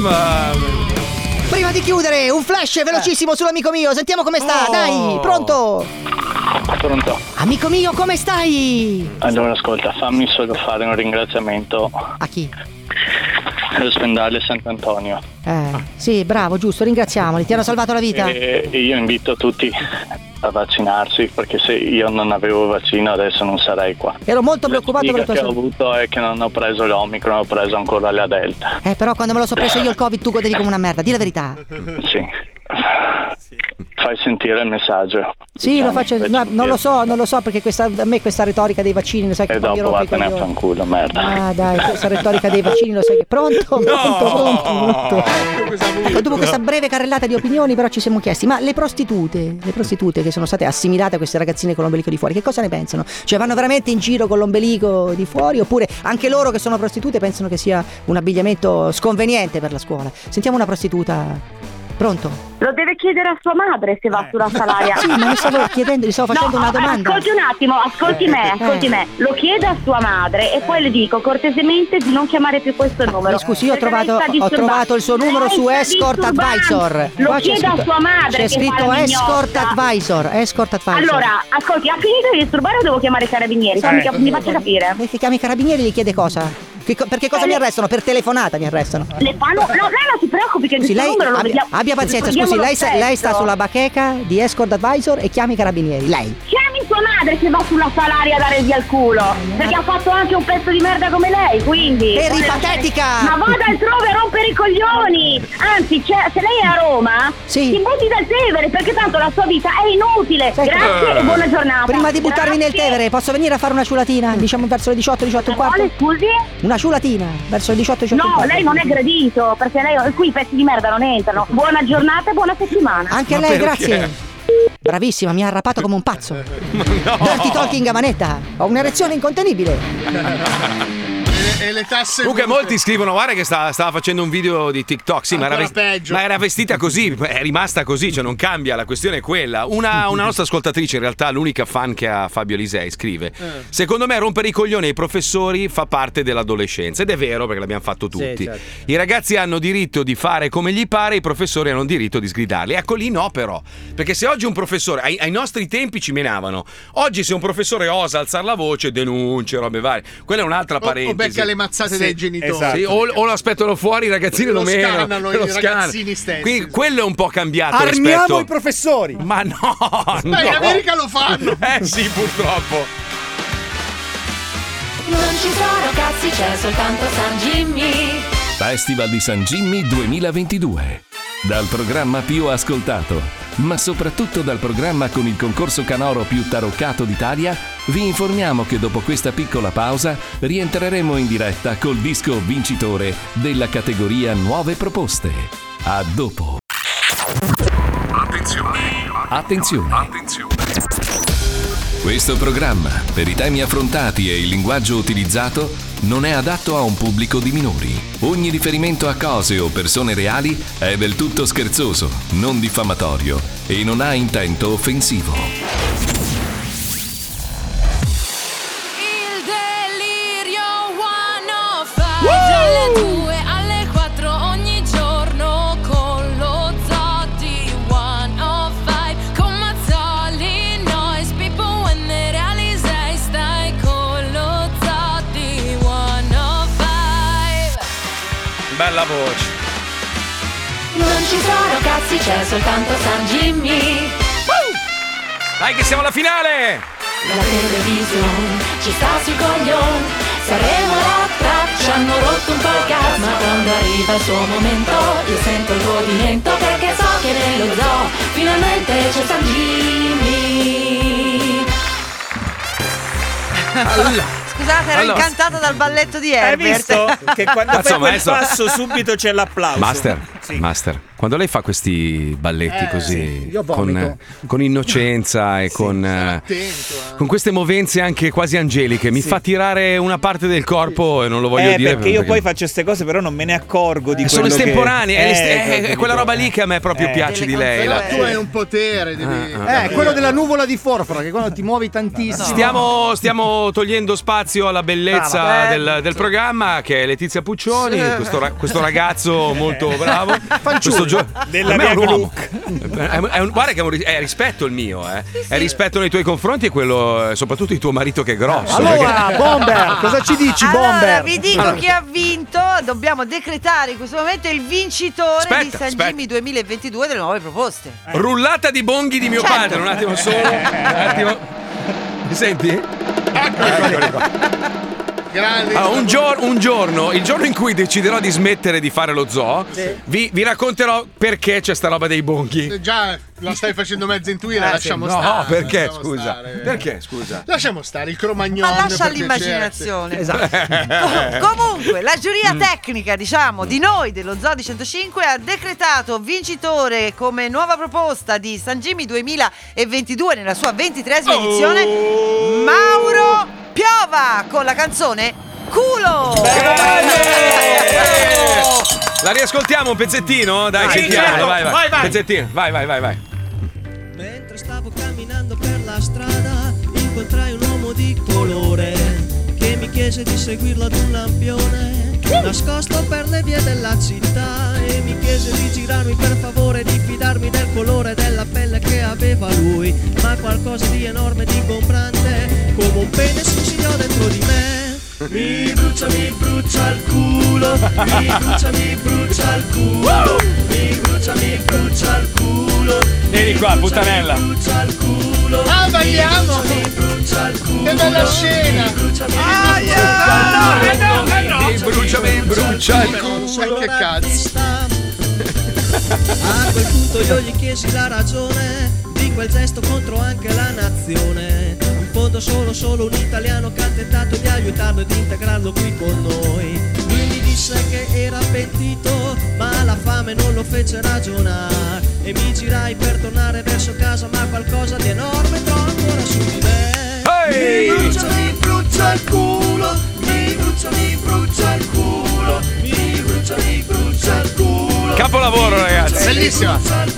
Prima di chiudere, un flash velocissimo sull'amico mio. Sentiamo come sta. Dai, pronto? Pronto. Amico mio, come stai? Allora, ascolta, fammi solo fare un ringraziamento. A chi? All'ospedale Sant'Antonio. Sì, bravo, giusto, ringraziamoli. Ti hanno salvato la vita. E io invito tutti a vaccinarsi perché se io non avevo vaccino adesso non sarei qua. Ero molto preoccupato per la tua salute. Che ho avuto è che non ho preso l'Omicron, ho preso ancora la Delta. Però quando me lo so preso io il Covid tu godevi come una merda, di la verità. Sì. Fai sentire il messaggio. Sì, diciamo, lo faccio. No, non lo so perché a me questa retorica dei vaccini, lo sai che e poi mi dopo rompe i vattene a coglioni. fanculo, merda. Ah, dai, questa retorica dei vaccini, lo sai che. Pronto. Ecco, dopo questa breve carrellata di opinioni, però ci siamo chiesti: ma le prostitute che sono state assimilate a queste ragazzine con l'ombelico di fuori, che cosa ne pensano? Cioè, vanno veramente in giro con l'ombelico di fuori, oppure anche loro che sono prostitute pensano che sia un abbigliamento sconveniente per la scuola? Sentiamo una prostituta. Pronto? Lo deve chiedere a sua madre se va sulla salaria. Sì, ma gli stavo facendo una domanda. Ascolti un attimo, ascolti me. Lo chiede a sua madre e poi le dico cortesemente di non chiamare più questo numero. Scusi, io ho trovato il suo numero su Escort Advisor. Lo chiede a sua madre. C'è scritto Escort Advisor. Allora, ascolti, ha finito di disturbare o devo chiamare i carabinieri? Mi faccia capire. Perché chiami i carabinieri e gli chiede cosa? Perché cosa mi arrestano? Per telefonata mi arrestano. Le fanno. No, lei non si preoccupi che scusi, questo numero lo vediamo. Abbia pazienza, scusi, lei sta sulla bacheca di Escort Advisor e chiami i carabinieri. Lei. Chiami sua madre se va sulla salaria a dare via il culo. Perché ha fatto anche un pezzo di merda come lei, quindi. Peripatetica! Ma vada altrove a rompere i coglioni! Anzi, se lei è a Roma, si butti dal Tevere, perché tanto la sua vita è inutile. Grazie e buona giornata. Prima di buttarmi nel Tevere, posso venire a fare una ciulatina? Diciamo verso le 18 e un quarto? Scusi? Una ciulatina verso le 18 e un No, quarto. lei non è gradito, perché qui i pezzi di merda non entrano. Buona giornata e buona settimana. Anche a lei, grazie. Bravissima, mi ha arrappato come un pazzo. Dirty talking a manetta. Ho un'erezione incontenibile. E le tasse. Comunque molti scrivono: guarda che stava facendo un video di TikTok. Sì, ma era vestita così, è rimasta così, cioè non cambia, la questione è quella. Una nostra ascoltatrice, in realtà l'unica fan che ha Fabio Lisei, scrive: secondo me rompere i coglioni ai professori fa parte dell'adolescenza. Ed è vero, perché l'abbiamo fatto tutti. Sì, certo. I ragazzi hanno diritto di fare come gli pare, i professori hanno diritto di sgridarli. Ecco lì no, però, perché se oggi un professore, ai nostri tempi ci menavano, oggi se un professore osa alzare la voce, denunce, robe varie, quella è un'altra parentesi. Becca le mazzate dai genitori. Esatto. Sì, o lo aspettano fuori, i ragazzini lo menano. Scannano i ragazzini stessi. Quindi quello è un po' cambiato. Armiamo i professori. Ma no, in America lo fanno. Sì, purtroppo. Non ci sono cazzi, c'è soltanto San Jimmy. Festival di San Jimmy 2022. Dal programma più ascoltato, ma soprattutto dal programma con il concorso canoro più taroccato d'Italia, vi informiamo che dopo questa piccola pausa rientreremo in diretta col disco vincitore della categoria Nuove Proposte. A dopo. Attenzione. Questo programma, per i temi affrontati e il linguaggio utilizzato, non è adatto a un pubblico di minori. Ogni riferimento a cose o persone reali è del tutto scherzoso, non diffamatorio e non ha intento offensivo. Il delirio 105 dalle 2 alle 4 ogni giorno con lo Zotti 105 con Mazzoli Noise people when they realize stai con lo Zotti 105. Bella voce. Non ci sono cazzi, c'è soltanto San Jimmy. Dai che siamo alla finale! La televisione ci sta sui coglioni. Saremo la trap, ci hanno rotto un po' il cazzo. Ma quando arriva il suo momento io sento il godimento, perché so che nello zoo finalmente c'è San Jimmy. Scusate, ero incantata dal balletto di Herbert. Hai visto? Che quando Cazzo, fai quel maestro. passo subito c'è l'applauso. Master, quando lei fa questi balletti così io vomito. con innocenza e con queste movenze anche quasi angeliche, mi fa tirare una parte del corpo e non lo voglio dire. Perché io poi faccio queste cose, però non me ne accorgo di sono quello estemporanee, è quella roba lì che a me proprio piace di lei. Però tu hai un potere, devi... quello della nuvola di forfora, che quando ti muovi tantissimo. Stiamo togliendo spazio alla bellezza del programma, che è Letizia Puccioni, questo ragazzo molto bravo. della mia Gluck. Guarda che è rispetto il mio, è rispetto nei tuoi confronti e quello, soprattutto di tuo marito che è grosso. Allora, Bomber, cosa ci dici, Allora, Bomber? vi dico chi ha vinto. Dobbiamo decretare in questo momento il vincitore di San Jimmy 2022 delle nuove proposte. Rullata di bonghi di mio padre, un attimo solo. Un attimo. Mi senti? Eccoli qua. Grande. Allora, un giorno, il giorno in cui deciderò di smettere di fare lo zoo, vi racconterò perché c'è sta roba dei bonghi. Già la stai facendo mezzo intuire, lasciamo stare. No, perché lasciamo scusa? stare. Perché scusa? Lasciamo stare il Cromagnon. Ma lascia per all'immaginazione. piacere. Comunque, la giuria tecnica, diciamo, di noi dello Zoo di 105 ha decretato vincitore come nuova proposta di San Jimmy 2022 nella sua 23esima edizione Mauro Piova con la canzone Culo. La riascoltiamo un pezzettino? Dai, Sì, sentiamo. certo. Vai. Vai. Pezzettino, vai. Mentre stavo camminando per la strada, incontrai un uomo di colore che mi chiese di seguirlo ad un lampione nascosto per le vie della città e mi chiese di girarmi per favore, di fidarmi del colore della pelle che aveva lui, ma qualcosa di enorme, di ingombrante, come un pene si insidiò dentro di me. Mi brucia il culo, mi brucia il culo, mi brucia il culo. Vieni qua, puttanella. Ah, balliamo! Che bella scena! Mi brucia il culo! Che cazzo! A quel punto io gli chiesi la ragione di quel gesto contro anche la nazione. In fondo solo un italiano che ha tentato di aiutarlo e di integrarlo qui con noi. Lui mi disse che era pentito, ma la fame non lo fece ragionare. E mi girai per tornare verso casa, ma qualcosa di enorme entrò ancora su di me. Hey! Mi brucia il culo, mi brucia il culo, mi brucia il culo. Capolavoro, ragazzi. Bellissima.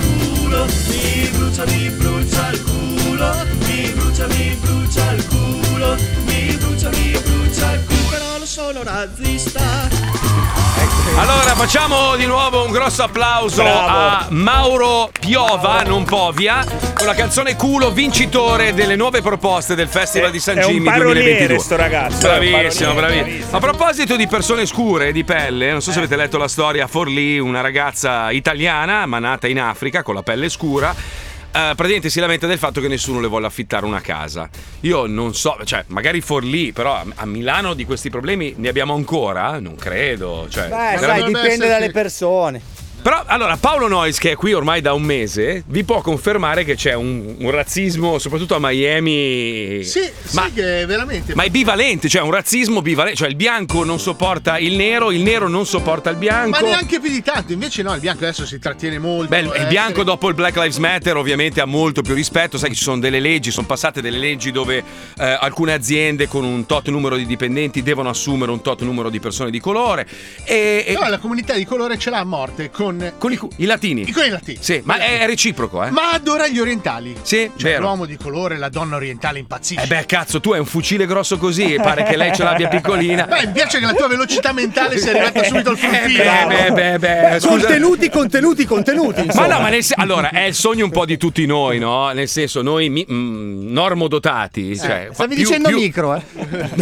Mi brucia il culo, mi brucia il culo, mi brucia il culo, però non sono razzista. Allora facciamo di nuovo un grosso applauso a Mauro Piova, non Povia, con la canzone Culo, vincitore delle nuove proposte del Festival di San Jimmy 2022. Sto ragazzo. Bravissimo. A proposito di persone scure di pelle, non so se avete letto la storia Forlì, una ragazza italiana ma nata in Africa con la pelle scura. Praticamente si lamenta del fatto che nessuno le vuole affittare una casa. Io non so, cioè magari Forlì, però a Milano di questi problemi ne abbiamo ancora? Non credo. Cioè, sai, dipende dalle persone. Però allora Paolo Noyes, che è qui ormai da un mese, vi può confermare che c'è un razzismo, soprattutto a Miami. Sì, che è veramente. Ma è bivalente, cioè un razzismo bivalente, cioè il bianco non sopporta il nero non sopporta il bianco. Ma neanche più di tanto, invece no, il bianco adesso si trattiene molto. Beh, il bianco dopo il Black Lives Matter ovviamente ha molto più rispetto, sai che ci sono delle leggi, sono passate delle leggi dove alcune aziende con un tot numero di dipendenti devono assumere un tot numero di persone di colore No, la comunità di colore ce l'ha a morte con i latini. Con i latini. Sì, ma è reciproco, eh? Ma adora gli orientali. Sì, cioè, vero. l'uomo di colore, la donna orientale impazzisce. Beh, cazzo, tu hai un fucile grosso così e pare che lei ce l'abbia piccolina. Beh, mi piace che la tua velocità mentale sia arrivata subito al fruttino. Beh, scusa. Contenuti. Ma no, ma allora, è il sogno un po' di tutti noi, no? Nel senso, noi normodotati. Cioè, stavi dicendo micro, eh?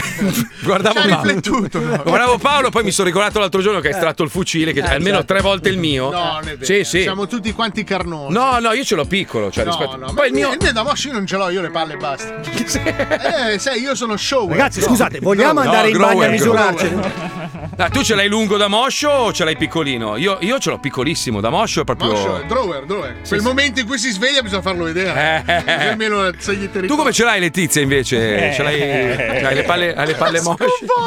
Guardavo Paolo, poi mi sono ricordato l'altro giorno che hai estratto il fucile, che è almeno 3 volte il mio. No, non è vero. Sì. Siamo tutti quanti carnosi. No, io ce l'ho piccolo. Cioè, rispetto. Poi il mio da Mosh io non ce l'ho, io le palle e basta. Sai, io sono show. Ragazzi, scusate, vogliamo andare in bagno a misurarci? Tu ce l'hai lungo da moscio o ce l'hai piccolino? Io ce l'ho piccolissimo, da moscio è proprio. Moscio, drawer. Quel momento in cui si sveglia bisogna farlo vedere. Almeno tu come ce l'hai, Letizia, invece? Ce l'hai le palle mosce?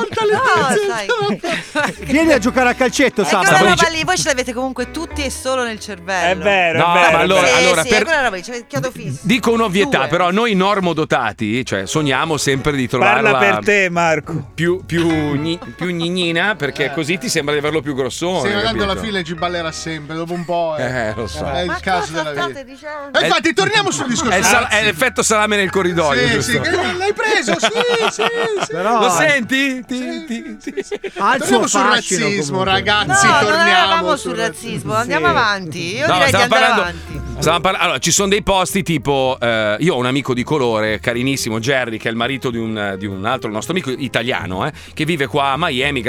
Vieni a giocare a calcetto, Sabato. Quella roba lì voi ce l'avete comunque tutti e solo nel cervello. È vero, no, è vero. Ma allora per... quella roba lì, cioè, chiodo fisso. Dico un'ovvietà, però noi normodotati, cioè sogniamo sempre di trovarla. Parla per te, Marco. Più gnignina, perché così ti sembra di averlo più grossone. Sì, andando alla fila ci ballerà sempre, dopo un po'. Lo so. È il caso della vita. E infatti torniamo sul discorso. È l'effetto salame nel corridoio, giusto? Sì, l'hai preso, sì. Però... Lo senti? Torniamo sul razzismo, ragazzi. No, non eravamo sul razzismo, andiamo avanti. Io direi di andare avanti. Allora, ci sono dei posti tipo io ho un amico di colore carinissimo, Jerry, che è il marito di un altro nostro amico italiano, che vive qua a Miami gran parte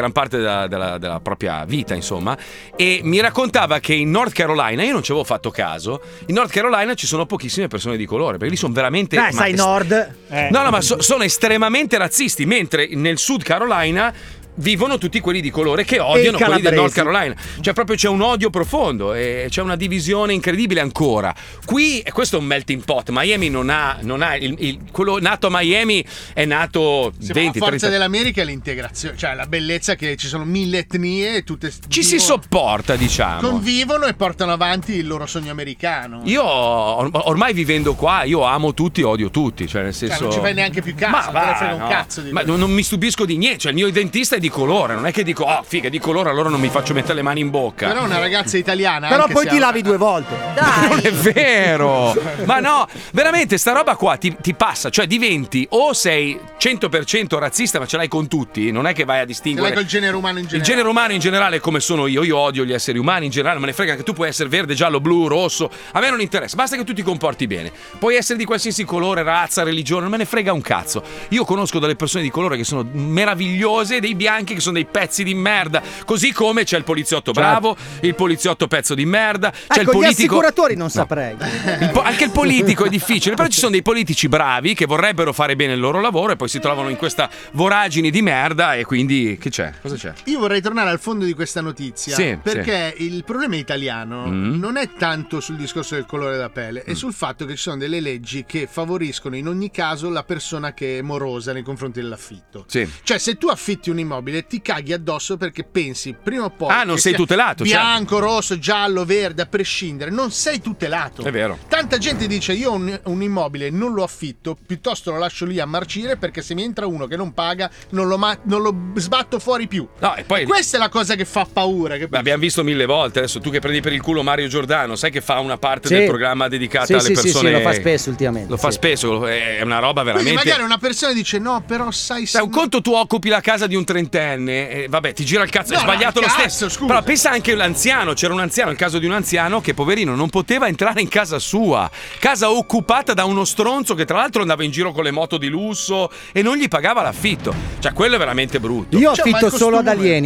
della propria vita, insomma, e mi raccontava che in North Carolina, io non ci avevo fatto caso, in North Carolina ci sono pochissime persone di colore, perché lì sono veramente... sai Nord? No, ma sono estremamente razzisti, mentre nel Sud Carolina vivono tutti quelli di colore che odiano quelli del North Carolina. Cioè proprio c'è un odio profondo e c'è una divisione incredibile ancora. Qui, e questo è un melting pot, Miami non ha quello nato a Miami è nato 20, la forza 30... dell'America è l'integrazione, cioè la bellezza che ci sono 1000 etnie e tutte ci si sopporta, diciamo. Convivono e portano avanti il loro sogno americano. Io ormai vivendo qua, io amo tutti, odio tutti, cioè nel senso non ci fai neanche più cazzo, non ne frega un cazzo di non mi stupisco di niente, cioè il mio dentista è di colore, non è che dico figa, di colore, allora non mi faccio mettere le mani in bocca. Però una ragazza italiana però poi ti lavi 2 volte. Dai. Non è vero. Ma no, veramente sta roba qua ti passa, cioè diventi o sei 100% razzista, ma ce l'hai con tutti, non è che vai a distinguere. Ce l'hai col genere umano in generale. Il genere umano in generale è come sono io odio gli esseri umani in generale, me ne frega che tu puoi essere verde, giallo, blu, rosso, a me non interessa, basta che tu ti comporti bene. Puoi essere di qualsiasi colore, razza, religione, non me ne frega un cazzo. Io conosco delle persone di colore che sono meravigliose e dei bianchi che sono dei pezzi di merda, così come c'è il poliziotto bravo, il poliziotto pezzo di merda, c'è il politico. Gli assicuratori non saprei. Anche il politico è difficile, però ci sono dei politici bravi che vorrebbero fare bene il loro lavoro e poi si trovano in questa voragine di merda e quindi che c'è? Cosa c'è? Io vorrei tornare al fondo di questa notizia, perché il problema italiano non è tanto sul discorso del colore della pelle, è sul fatto che ci sono delle leggi che favoriscono in ogni caso la persona che è morosa nei confronti dell'affitto. Cioè se tu affitti un immobile ti caghi addosso perché pensi prima o poi non sei tutelato, bianco, rosso, giallo, verde, a prescindere non sei tutelato. È vero. Tanta gente dice io un immobile non lo affitto, piuttosto lo lascio lì a marcire, perché se mi entra uno che non paga non lo sbatto fuori più. No, e poi questa è la cosa che fa paura. Abbiamo visto 1000 volte. Adesso tu che prendi per il culo Mario Giordano, sai che fa una parte del programma dedicata alle persone. Sì, lo fa spesso ultimamente. Lo fa spesso, è una roba veramente. Quindi magari una persona dice no, però sai. Un conto tu occupi la casa di un trentenne, e vabbè, ti gira il cazzo, è sbagliato lo stesso. Scusa. Però pensa anche l'anziano, c'era un anziano, il caso di un anziano che poverino non poteva entrare in casa sua, casa occupata da uno stronzo che tra l'altro andava in giro con le moto di lusso e non gli pagava l'affitto. Cioè quello è veramente brutto. Io affitto solo ad alieni.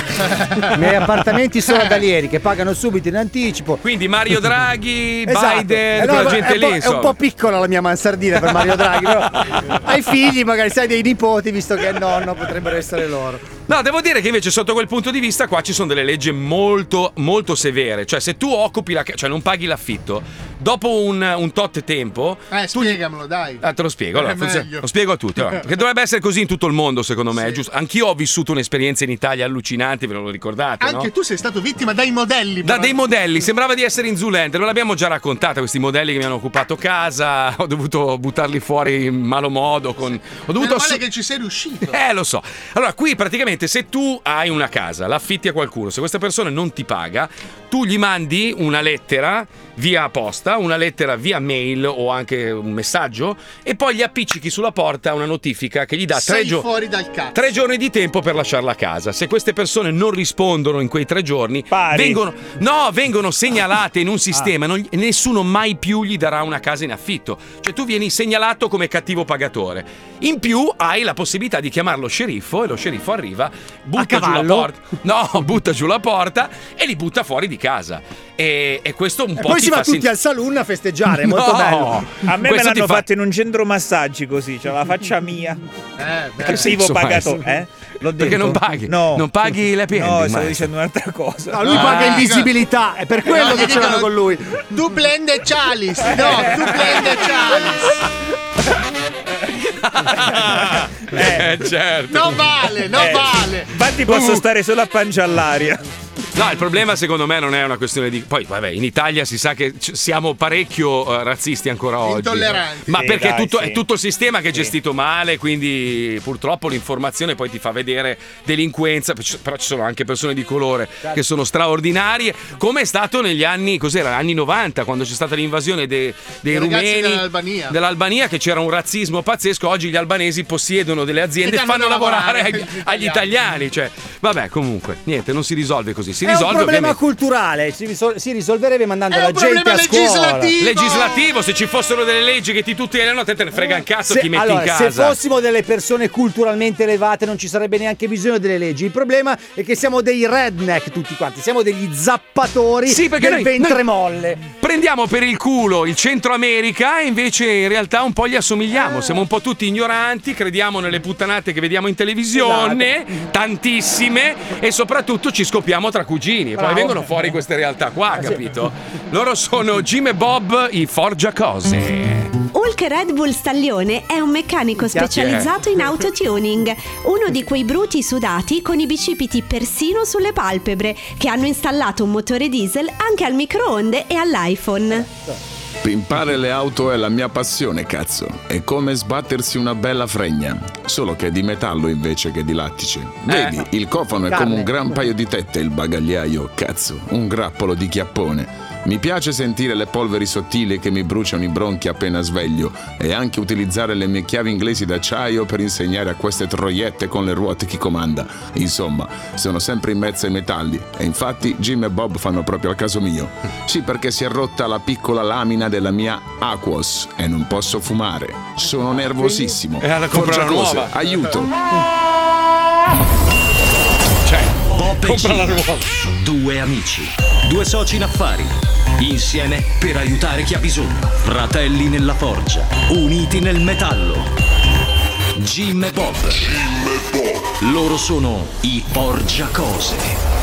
I miei appartamenti sono ad alieni che pagano subito in anticipo. Quindi Mario Draghi, Biden, quella gente lì. È un po' piccola la mia mansardina per Mario Draghi, però ai figli magari sai dei nipoti, visto che è nonno, potrebbero essere loro. No, devo dire che invece sotto quel punto di vista qua ci sono delle leggi molto molto severe. Cioè se tu occupi cioè non paghi l'affitto, dopo un tot tempo spiegamelo, dai. Te lo spiego, allora, lo spiego a tutti, allora, perché dovrebbe essere così in tutto il mondo, secondo me, giusto? Anch'io ho vissuto un'esperienza in Italia allucinante, ve lo ricordate? Anche tu sei stato vittima dai modelli. Da dei modelli, sembrava di essere in Zulente, ve l'abbiamo già raccontata, questi modelli che mi hanno occupato casa, ho dovuto buttarli fuori in malo modo. Ho dovuto male che ci sei riuscito. Lo so. Allora, qui praticamente se tu hai una casa, l'affitti a qualcuno, se questa persona non ti paga, tu gli mandi una lettera via posta, una lettera via mail o anche un messaggio e poi gli appiccichi sulla porta una notifica che gli dà 3 giorni. Fuori dal cazzo. 3 giorni di tempo per lasciare la casa. Se queste persone non rispondono in quei 3 giorni, vengono segnalate in un sistema e nessuno mai più gli darà una casa in affitto. Cioè tu vieni segnalato come cattivo pagatore. In più hai la possibilità di chiamare lo sceriffo e lo sceriffo arriva, butta giù la porta. No, butta giù la porta e li butta fuori di casa. E questo un po' poi si va tutti al saloon a festeggiare, è molto bello. A me me l'hanno fatto in un centro massaggi così, c'è la faccia mia. Cattivo pagatore, L'ho detto. Perché non paghi? No. Non paghi le piene? No, stavo dicendo un'altra cosa. No, lui paga invisibilità, è per quello che ce l'hanno con lui. Tu blende Chalice. No, tu blende Chalice. Certo. Non vale. Infatti posso stare solo a pancia all'aria. No, il problema secondo me non è una questione di... Poi vabbè, in Italia si sa che siamo parecchio razzisti ancora oggi. Intolleranti. Ma perché è tutto il sistema che è gestito male, quindi purtroppo l'informazione poi ti fa vedere delinquenza, però ci sono anche persone di colore che sono straordinarie, come è stato negli anni, anni 90, quando c'è stata l'invasione dei rumeni dell'Albania, che c'era un razzismo pazzesco. Oggi gli albanesi possiedono delle aziende e fanno lavorare agli italiani, cioè Vabbè, comunque, niente, non si risolve così. Si È risolve un problema ovviamente. culturale, si risolverebbe mandando È la un gente problema a scuola. Legislativo, se ci fossero delle leggi che ti tutelano, te ne frega un cazzo chi metti allora, in casa. se fossimo delle persone culturalmente elevate non ci sarebbe neanche bisogno delle leggi. Il problema è che siamo dei redneck tutti quanti, siamo degli zappatori del ventre molle. Prendiamo per il culo il Centro America e invece in realtà un po' gli assomigliamo. Siamo un po' tutti ignoranti, crediamo nelle puttanate che vediamo in televisione, tantissime, e soprattutto ci scopiamo tra cugini. Bravo. Poi vengono fuori queste realtà qua, capito? Loro sono Jim e Bob, i Forgiacose. Hulk Red Bull Staglione è un meccanico specializzato in autotuning, uno di quei bruti sudati con i bicipiti persino sulle palpebre, che hanno installato un motore diesel anche al microonde e all'iPhone. Pimpare le auto è la mia passione, cazzo. È come sbattersi una bella fregna, solo che è di metallo invece che di lattice. Vedi, il cofano è come un gran paio di tette, il bagagliaio, cazzo, un grappolo di chiappone. Mi piace sentire le polveri sottili che mi bruciano i bronchi appena sveglio e anche utilizzare le mie chiavi inglesi d'acciaio per insegnare a queste troiette con le ruote chi comanda. Insomma, sono sempre in mezzo ai metalli e infatti Jim e Bob fanno proprio al caso mio. Sì, perché si è rotta la piccola lamina della mia Aquos e non posso fumare. Sono nervosissimo. E alla comprare una nuova. Aiuto. Bob e compra la Jim, nuova. due amici, due soci in affari, insieme per aiutare chi ha bisogno, fratelli nella forgia, uniti nel metallo. Jim e Bob. Loro sono i Forgiacose.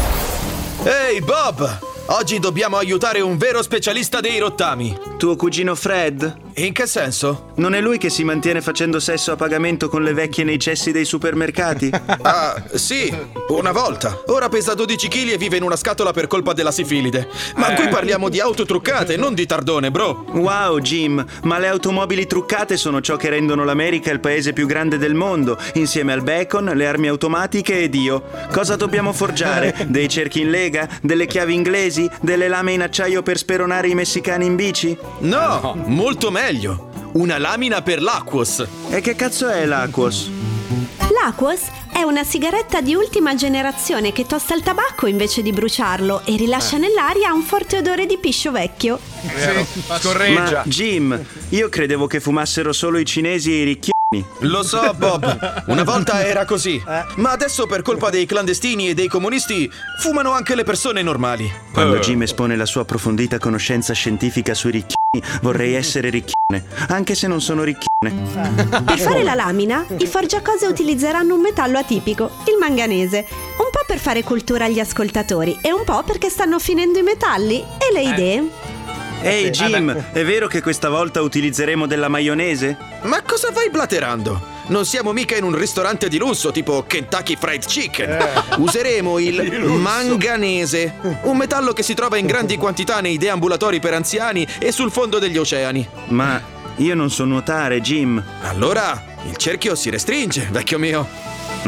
Ehi Bob! Oggi dobbiamo aiutare un vero specialista dei rottami. Tuo cugino Fred? In che senso? Non è lui che si mantiene facendo sesso a pagamento con le vecchie nei cessi dei supermercati? Ah, sì, una volta. Ora pesa 12 kg e vive in una scatola per colpa della sifilide. Ma qui parliamo di auto truccate, non di tardone, bro. Wow, Jim, ma le automobili truccate sono ciò che rendono l'America il paese più grande del mondo, insieme al bacon, le armi automatiche ed io. Cosa dobbiamo forgiare? Dei cerchi in lega? Delle chiavi inglesi? Delle lame in acciaio per speronare i messicani in bici? No, molto meglio. Una lamina per l'Aquos. E che cazzo è l'Aquos? L'Aquos è una sigaretta di ultima generazione che tosta il tabacco invece di bruciarlo e rilascia nell'aria un forte odore di piscio vecchio. Scorreggia. Ma Jim, io credevo che fumassero solo i cinesi e i ricchioni. Lo so, Bob. Una volta era così. Ma adesso per colpa dei clandestini e dei comunisti fumano anche le persone normali. Quando Jim espone la sua approfondita conoscenza scientifica sui ricchioni, vorrei essere ricchione, anche se non sono ricchione. Per fare la lamina, i Forgiacose utilizzeranno un metallo atipico, il manganese. Un po' per fare cultura agli ascoltatori e un po' perché stanno finendo i metalli e le idee. Ehi Jim, è vero che questa volta utilizzeremo della maionese? Ma cosa vai blaterando? Non siamo mica in un ristorante di lusso tipo Kentucky Fried Chicken. Useremo il manganese, un metallo che si trova in grandi quantità nei deambulatori per anziani e sul fondo degli oceani. Ma io non so nuotare, Jim. Allora il cerchio si restringe, vecchio mio.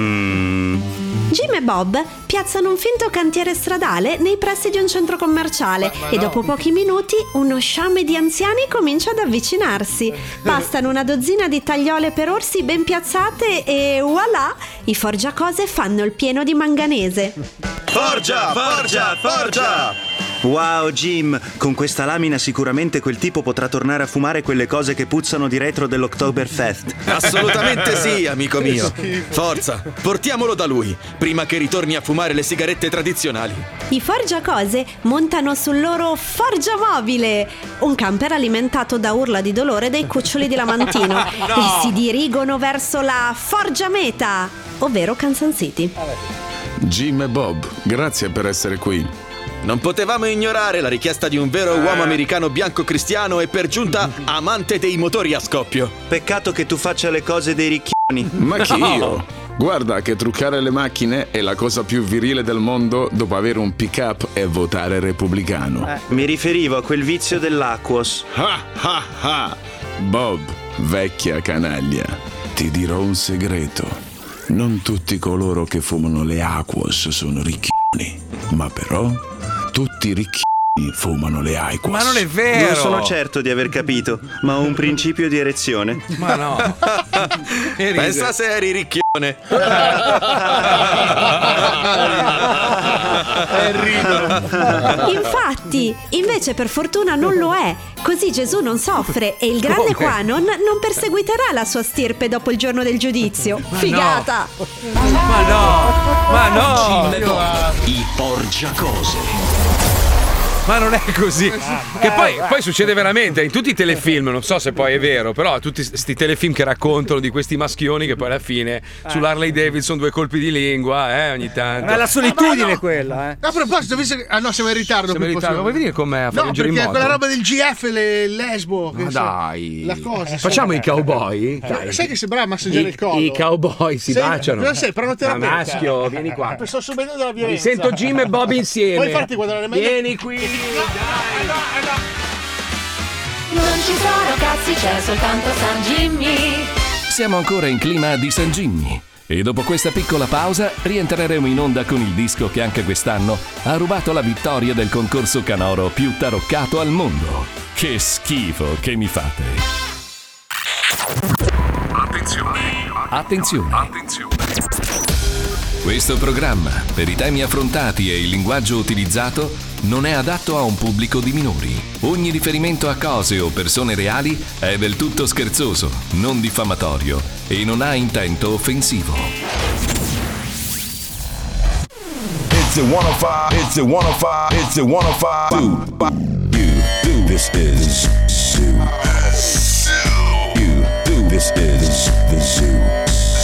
Jim e Bob piazzano un finto cantiere stradale nei pressi di un centro commerciale e dopo pochi minuti uno sciame di anziani comincia ad avvicinarsi. Bastano una dozzina di tagliole per orsi ben piazzate e voilà, i Forgiacose fanno il pieno di manganese. Forgia, forgia, forgia! Wow Jim, con questa lamina sicuramente quel tipo potrà tornare a fumare quelle cose che puzzano di retro dell'Oktoberfest. Assolutamente sì, amico mio. Forza, portiamolo da lui, prima che ritorni a fumare le sigarette tradizionali. I Forgiacose montano sul loro Forgiamobile, un camper alimentato da urla di dolore dei cuccioli di lamantino, e si dirigono verso la Forgia Meta, ovvero Kansas City. Jim e Bob, grazie per essere qui. Non potevamo ignorare la richiesta di un vero uomo americano bianco cristiano e per giunta amante dei motori a scoppio. Peccato che tu faccia le cose dei ricchioni. Ma chi io? Guarda che truccare le macchine è la cosa più virile del mondo dopo avere un pick-up e votare repubblicano. Mi riferivo a quel vizio dell'Aquos. Bob, vecchia canaglia, ti dirò un segreto. Non tutti coloro che fumano le Aquos sono ricchioni, ma però tutti i ricchioni fumano le Aiquas. Ma non è vero! Non sono certo di aver capito, ma ho un principio di erezione. Ma no. Pensa se eri ricchione. Infatti, invece per fortuna non lo è. Così Gesù non soffre e il grande Quanon non perseguiterà la sua stirpe dopo il giorno del giudizio. Figata! Ma no! I porgiacose. Ma non è così. Che poi succede veramente in tutti i telefilm, non so se poi è vero, però tutti sti telefilm che raccontano di questi maschioni che poi alla fine sull'Harley Davidson 2 colpi di lingua, ogni tanto. Ma è la solitudine quella, A proposito, visto che... no, siamo in ritardo. Vuoi venire con me a fare no, un giro in moto? perché quella roba del GF, le lesbo. Ma dai. La cosa. Facciamo i cowboy? Dai. Sai che sembrava massaggiare il collo? I cowboy si baciano. Cosa sei? Pranoterapeuta? Maschio, vieni qua. Sto subendo della Mi violenza. sento Jim e Bob insieme. Puoi farti guardare meglio? Vieni qui. Non ci sono cazzi, c'è soltanto San Jimmy. Siamo ancora in clima di San Jimmy e dopo questa piccola pausa rientreremo in onda con il disco che anche quest'anno ha rubato la vittoria del concorso canoro più taroccato al mondo. Che schifo che mi fate! Attenzione! Questo programma, per i temi affrontati e il linguaggio utilizzato, non è adatto a un pubblico di minori. Ogni riferimento a cose o persone reali è del tutto scherzoso, non diffamatorio e non ha intento offensivo. It's a 105, it's a 105, it's a 105. You, this is Zoo. You, this is the Zoo.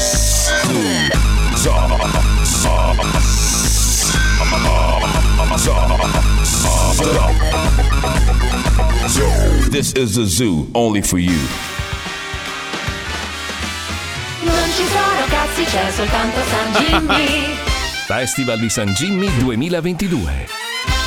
This is a zoo only for you. Non ci sono cazzi, c'è soltanto San Jimmy. Festival di San Jimmy 2022.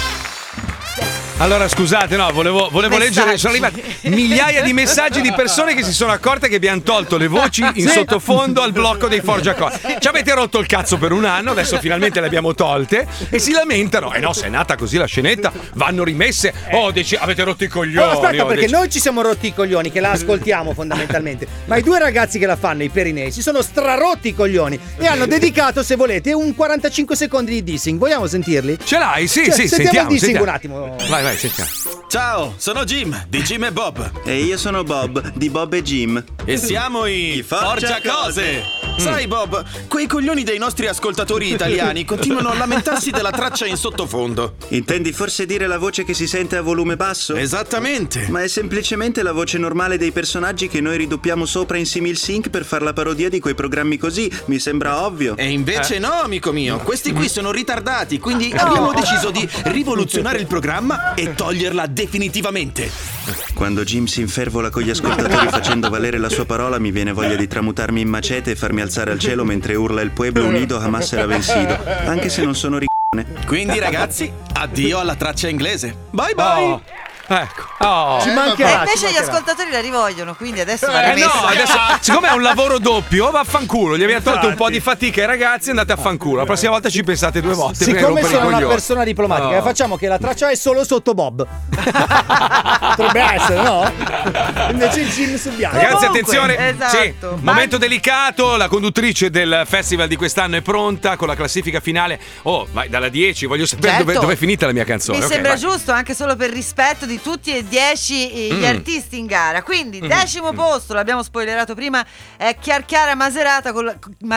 Allora scusate, no, volevo leggere, sono arrivati migliaia di messaggi di persone che si sono accorte che abbiamo tolto le voci in sottofondo al blocco dei Forgiacose. Ci avete rotto il cazzo per un anno, adesso finalmente le abbiamo tolte e si lamentano. No, se è nata così la scenetta, vanno rimesse. Avete rotto i coglioni. Aspetta, perché noi ci siamo rotti i coglioni, che la ascoltiamo fondamentalmente. Ma i due ragazzi che la fanno, i Perinei, si sono strarotti i coglioni e hanno dedicato, se volete, un 45 secondi di dissing. Vogliamo sentirli? Ce l'hai? Sì, sì, sentiamo il dissing sentiamo. un attimo. Vai, sentiamo. Ciao, sono Jim, di Jim e Bob. E io sono Bob, di Bob e Jim. E siamo i Forgiacose. Sai Bob, quei coglioni dei nostri ascoltatori italiani continuano a lamentarsi della traccia in sottofondo. Intendi forse dire la voce che si sente a volume basso? Esattamente. Ma è semplicemente la voce normale dei personaggi che noi ridoppiamo sopra in simil-sync per far la parodia di quei programmi così, mi sembra ovvio. E invece no, amico mio, questi qui sono ritardati, quindi abbiamo deciso di rivoluzionare il programma e toglierla definitivamente. Quando Jim si infervola con gli ascoltatori facendo valere la sua parola, mi viene voglia di tramutarmi in macete e farmi alzare al cielo mentre urla il pueblo unido jamás será vencido, anche se non sono Quindi ragazzi, addio alla traccia inglese. Bye bye. Ecco. Ci mancherà, invece gli ascoltatori la rivogliono, quindi adesso va rimessa. No, adesso, siccome è un lavoro doppio, vaffanculo. Gli abbiamo tolto un po' di fatica ai ragazzi, andate a fanculo. La prossima volta ci pensate due volte. Siccome sono una persona diplomatica, facciamo che la traccia è solo sotto Bob. Potrebbe essere, no? Invece il Jim su bianco. Ragazzi, attenzione, esatto. sì, momento delicato. La conduttrice del festival di quest'anno è pronta con la classifica finale. Oh, vai dalla 10, voglio sapere dove è finita la mia canzone. Mi Okay, sembra vai. giusto, anche solo per rispetto di tutti e 10 gli artisti in gara. Quindi, 10° posto, l'abbiamo spoilerato prima, è Chiara Maserati con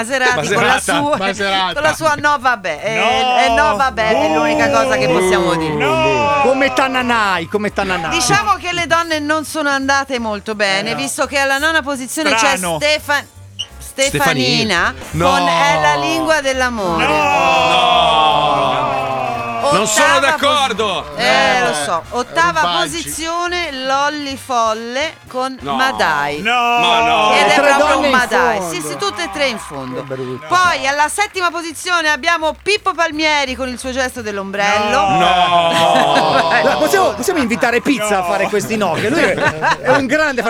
la sua no vabbè. No vabbè, è l'unica cosa che possiamo dire. Come Tananai. Diciamo che le donne non sono andate molto bene, visto che alla 9ª posizione c'è Stefanina con È la lingua dell'amore. Non sono d'accordo. Lo so. 8ª posizione Lolli Folle con Madai. Ed è proprio un Madai. Sì, tutte e tre in fondo. Poi alla 7ª posizione abbiamo Pippo Palmieri con il suo gesto dell'ombrello. Possiamo invitare Pizza a fare questi no, che lui è un grande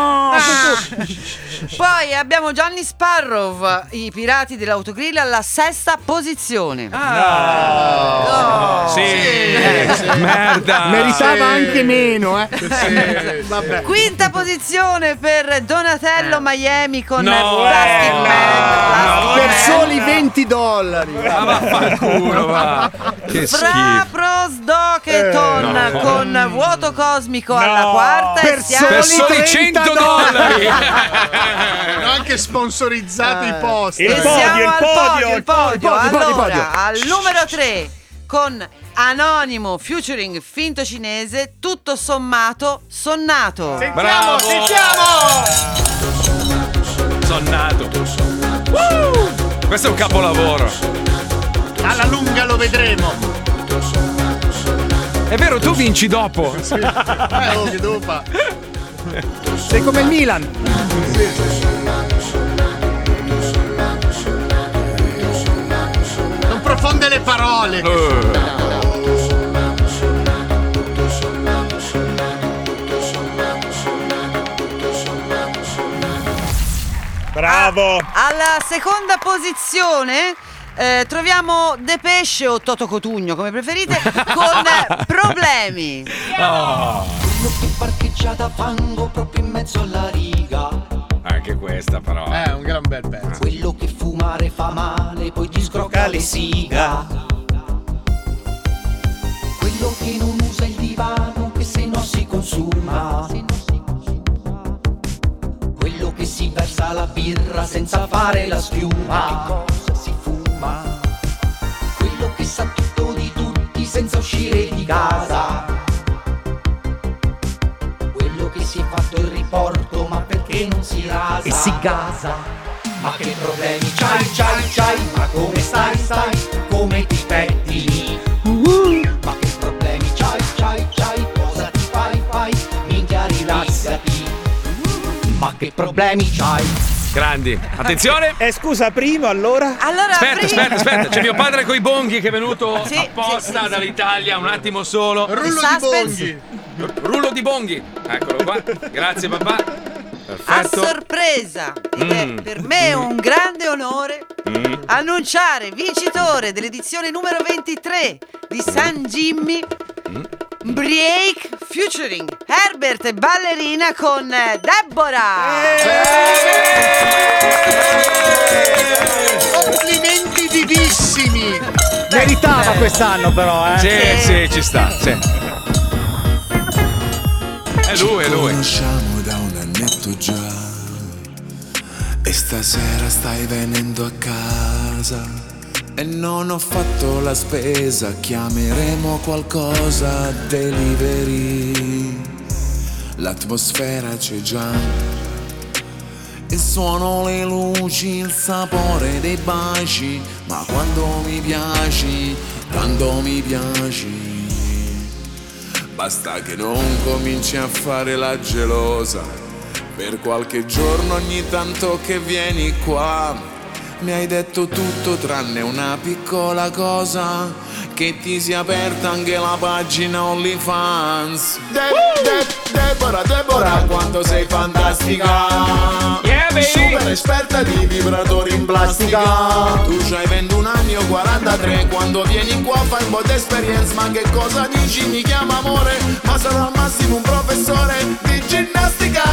Poi abbiamo Johnny Sparrow, i pirati dell'autogrill alla 6ª posizione. Sì, merda. Meritava anche meno, Vabbè. Quinta posizione per Donatello Miami con Plastic Man. Per soli $20. Ma vaffanculo, va. Che Fra Pros Doketon con Vuoto Cosmico alla quarta per e siamo soli $100. Hanno anche sponsorizzato i post. E siamo al podio. Allora, al numero 3 con Anonimo featuring Finto Cinese, tutto sommato sonnato. Sentiamo. Sonnato. Questo è un capolavoro. Alla lunga lo vedremo. È vero, tu vinci dopo. Sì. Che devo fare? Sei come il Milan. Non profonde le parole. Bravo. Alla seconda posizione troviamo Depeche o Toto Cotugno, come preferite, con Problemi. Quello che parcheggia da fango proprio in mezzo alla riga. Anche questa però. È un gran bel pezzo. Quello che fumare fa male, poi ti scrocca le siga. Quello che non usa il divano, che se no si consuma. Quello che si versa la birra senza fare la schiuma. Che cosa si fuma? Quello che sa tutto di tutti senza uscire di casa. Quello che si è fatto il riporto ma perché non si rasa. E si gasa. Ma che problemi c'hai, ma come stai, come ti pettini? Ma che problemi c'hai, cosa ti fai, minchia rilassati. Ma che problemi c'hai? Grandi, attenzione. Scusa, primo allora? Aspetta, c'è mio padre coi bonghi che è venuto apposta dall'Italia, un attimo solo. Rullo di bonghi. Eccolo qua. Grazie papà. Perfetto. A sorpresa, ed è per me un grande onore annunciare vincitore dell'edizione numero 23 di San Jimmy Break featuring Herbert e Ballerina con Deborah. Complimenti vivissimi. Meritava quest'anno però, Sì, ci sta, sì. È lui. Conosciamo da un annetto già e stasera stai venendo a casa e non ho fatto la spesa, chiameremo qualcosa delivery. L'atmosfera c'è già, il suono, le luci, il sapore dei baci, ma quando mi piaci, basta che non cominci a fare la gelosa. Per qualche giorno ogni tanto che vieni qua mi hai detto tutto tranne una piccola cosa, che ti sia aperta anche la pagina OnlyFans. Deborah, quanto sei fantastica. Super esperta di vibratori in plastica. Tu c'hai 21 anni o 43, quando vieni qua fai un po' di esperienza. Ma che cosa dici? Mi chiama amore, ma sarò al massimo un professore di ginnastica.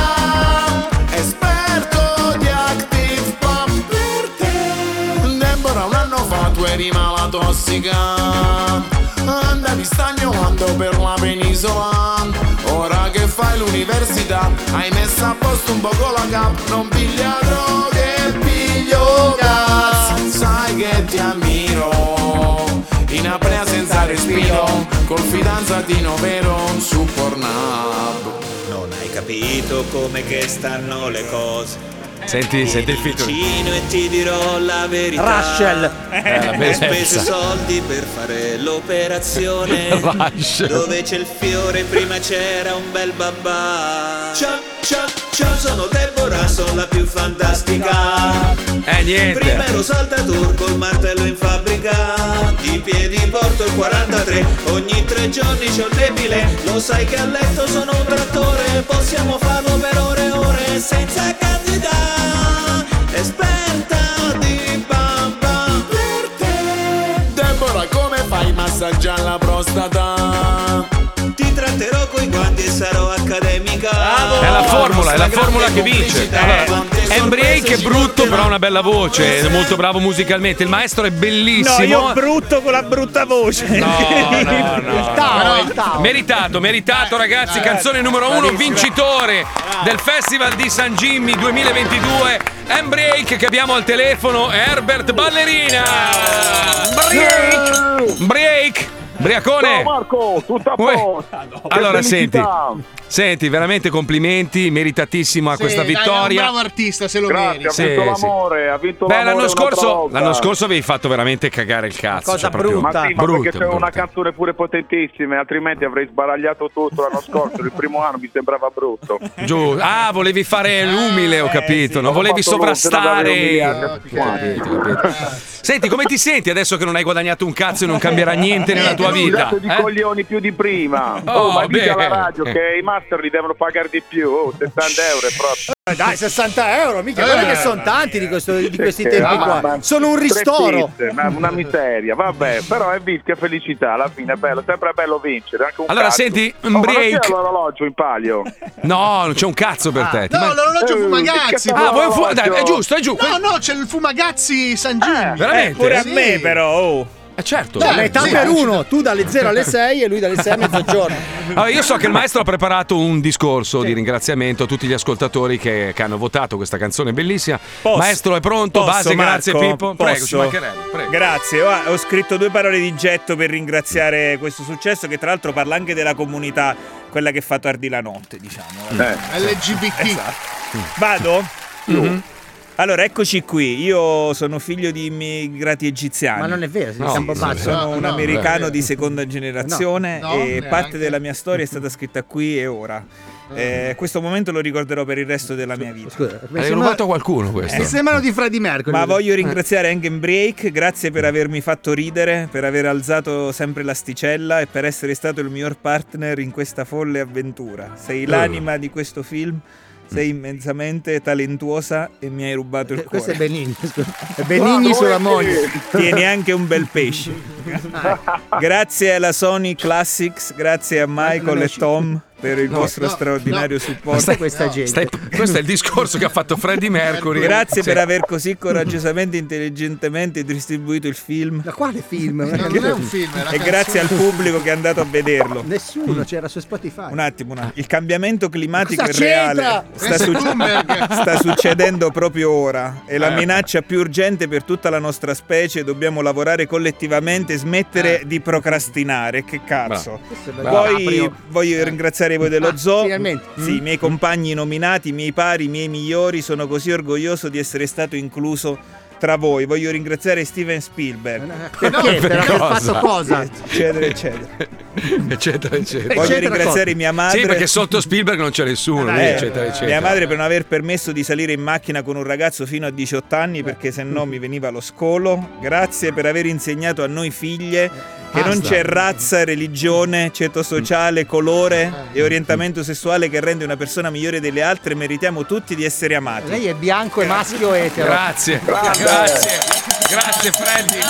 Esperto di active pump per te. Deborah, un anno fa tu eri mala tossica, andavi stagnolando per la penisola. Ora che fai l'università hai messo a posto un poco la cap. Non piglia droghe, piglio gas. Sai che ti ammiro, in apnea senza respiro, col fidanzatino vero su Pornhub. Non hai capito come che stanno le cose. Senti il featuring. Vicino e ti dirò la verità. Russell. Ho speso soldi per fare l'operazione. Dove c'è il fiore prima c'era un bel babà. Ciao, sono Deborah, sono la più fantastica. Niente. Prima ero saltatore col martello in fabbrica. Di piedi porto il 43. Ogni 3 giorni c'ho il debile. Lo sai che a letto sono un trattore. Possiamo farlo per ore e ore senza candidare. Esperta di bamba per te. Deborah, come fai? Ma massaggiare la prostata. Ti tratterò coi guanti e sarò accademica. È la formula che vince. Embriake è brutto, però ha una bella voce, è molto bravo musicalmente. Il maestro è bellissimo. No, io brutto con la brutta voce. No. Il Tao. Meritato, ragazzi. Canzone numero 1, vincitore del Festival di San Jimmy 2022. Embriake, che abbiamo al telefono, è Herbert Ballerina. Break. Briacone! Ciao Marco, tutto a posto. Allora, senti, veramente complimenti, meritatissimo a questa vittoria. Dai, è un bravo artista, se lo meriti. Ha vinto l'amore, ha vinto l'amore. L'anno scorso avevi fatto veramente cagare il cazzo. Cosa proprio brutta. Ma sì, perché c'è una canzone pure potentissima, altrimenti avrei sbaragliato tutto l'anno scorso. Il primo anno mi sembrava brutto. Giù. Ah, volevi fare l'umile, ho capito. Sì, non volevi sovrastare. Capito. Senti, come ti senti adesso che non hai guadagnato un cazzo e non cambierà niente nella tua vita? Di coglioni più di prima. Ma dica alla radio che i master li devono pagare di più. 70 euro è proprio. Dai, 60 euro, mica, guarda che sono tanti di questi tempi qua. Sono un ristoro. Una miseria, vabbè, però è visto, che felicità, alla fine è bello, sempre bello vincere. Anche un allora, cazzo. Senti, ma break. non c'è l'orologio in palio? No, non c'è un cazzo per te. No, l'orologio Fumagazzi. Vuoi dai, è giusto. No, c'è il Fumagazzi San Jimmy. Veramente? Pure a me, però. Certo. Metà per uno, tu dalle 0 alle 6 e lui dalle 6 a mezzogiorno. Allora, io so che il maestro ha preparato un discorso di ringraziamento a tutti gli ascoltatori che hanno votato questa canzone bellissima. Maestro è pronto? Base, Marco, grazie Pippo. Prego, ci posso? mancherebbe. Prego. Grazie, ho scritto 2 parole di getto per ringraziare questo successo, che tra l'altro parla anche della comunità, quella che fa tardi la notte, diciamo. LGBT. Esatto. Vado? Mm-hmm. Allora, eccoci qui. Io sono figlio di immigrati egiziani. Ma non è vero, sono un americano di seconda generazione e parte della mia storia è stata scritta qui e ora. Questo momento lo ricorderò per il resto della mia vita. Scusa, hai rubato a qualcuno questo? Sembrano di Freddie Mercury. Ma voglio ringraziare anche Embriake, grazie per avermi fatto ridere, per aver alzato sempre l'asticella e per essere stato il miglior partner in questa folle avventura. Sei l'anima di questo film. Sei immensamente talentuosa e mi hai rubato il cuore. Questo è Benigni. È Benigni sulla moglie. Tieni anche un bel pesce. Grazie alla Sony Classics, grazie a Michael e Tom per il vostro straordinario supporto. Questa gente. Questo è il discorso che ha fatto Freddie Mercury. Grazie per aver così coraggiosamente e intelligentemente distribuito il film. Ma quale film? Non è un film, è una E grazie al pubblico che è andato a vederlo. Nessuno, c'era su Spotify. Un attimo. Il cambiamento climatico Cosa è reale. c'entra? Sta succedendo proprio ora. È la minaccia più urgente per tutta la nostra specie. Dobbiamo lavorare collettivamente e smettere di procrastinare. Che cazzo. Poi voglio ringraziare voi dello zoo. Finalmente. Sì, i miei compagni nominati, i miei pari, i miei migliori. Sono così orgoglioso di essere stato incluso tra voi. Voglio ringraziare Steven Spielberg. Perché? Per aver fatto cosa? Eccetera, eccetera. Eccetera. Voglio ringraziare mia madre. Sì, perché sotto Spielberg non c'è nessuno. Eccetera. Mia madre per non aver permesso di salire in macchina con un ragazzo fino a 18 anni, perché se no mi veniva lo scolo. Grazie per aver insegnato a noi figlie che non c'è razza, religione, ceto sociale, colore e orientamento sessuale che rende una persona migliore delle altre. Meritiamo tutti di essere amati. Lei è bianco e maschio etero. Grazie Freddy.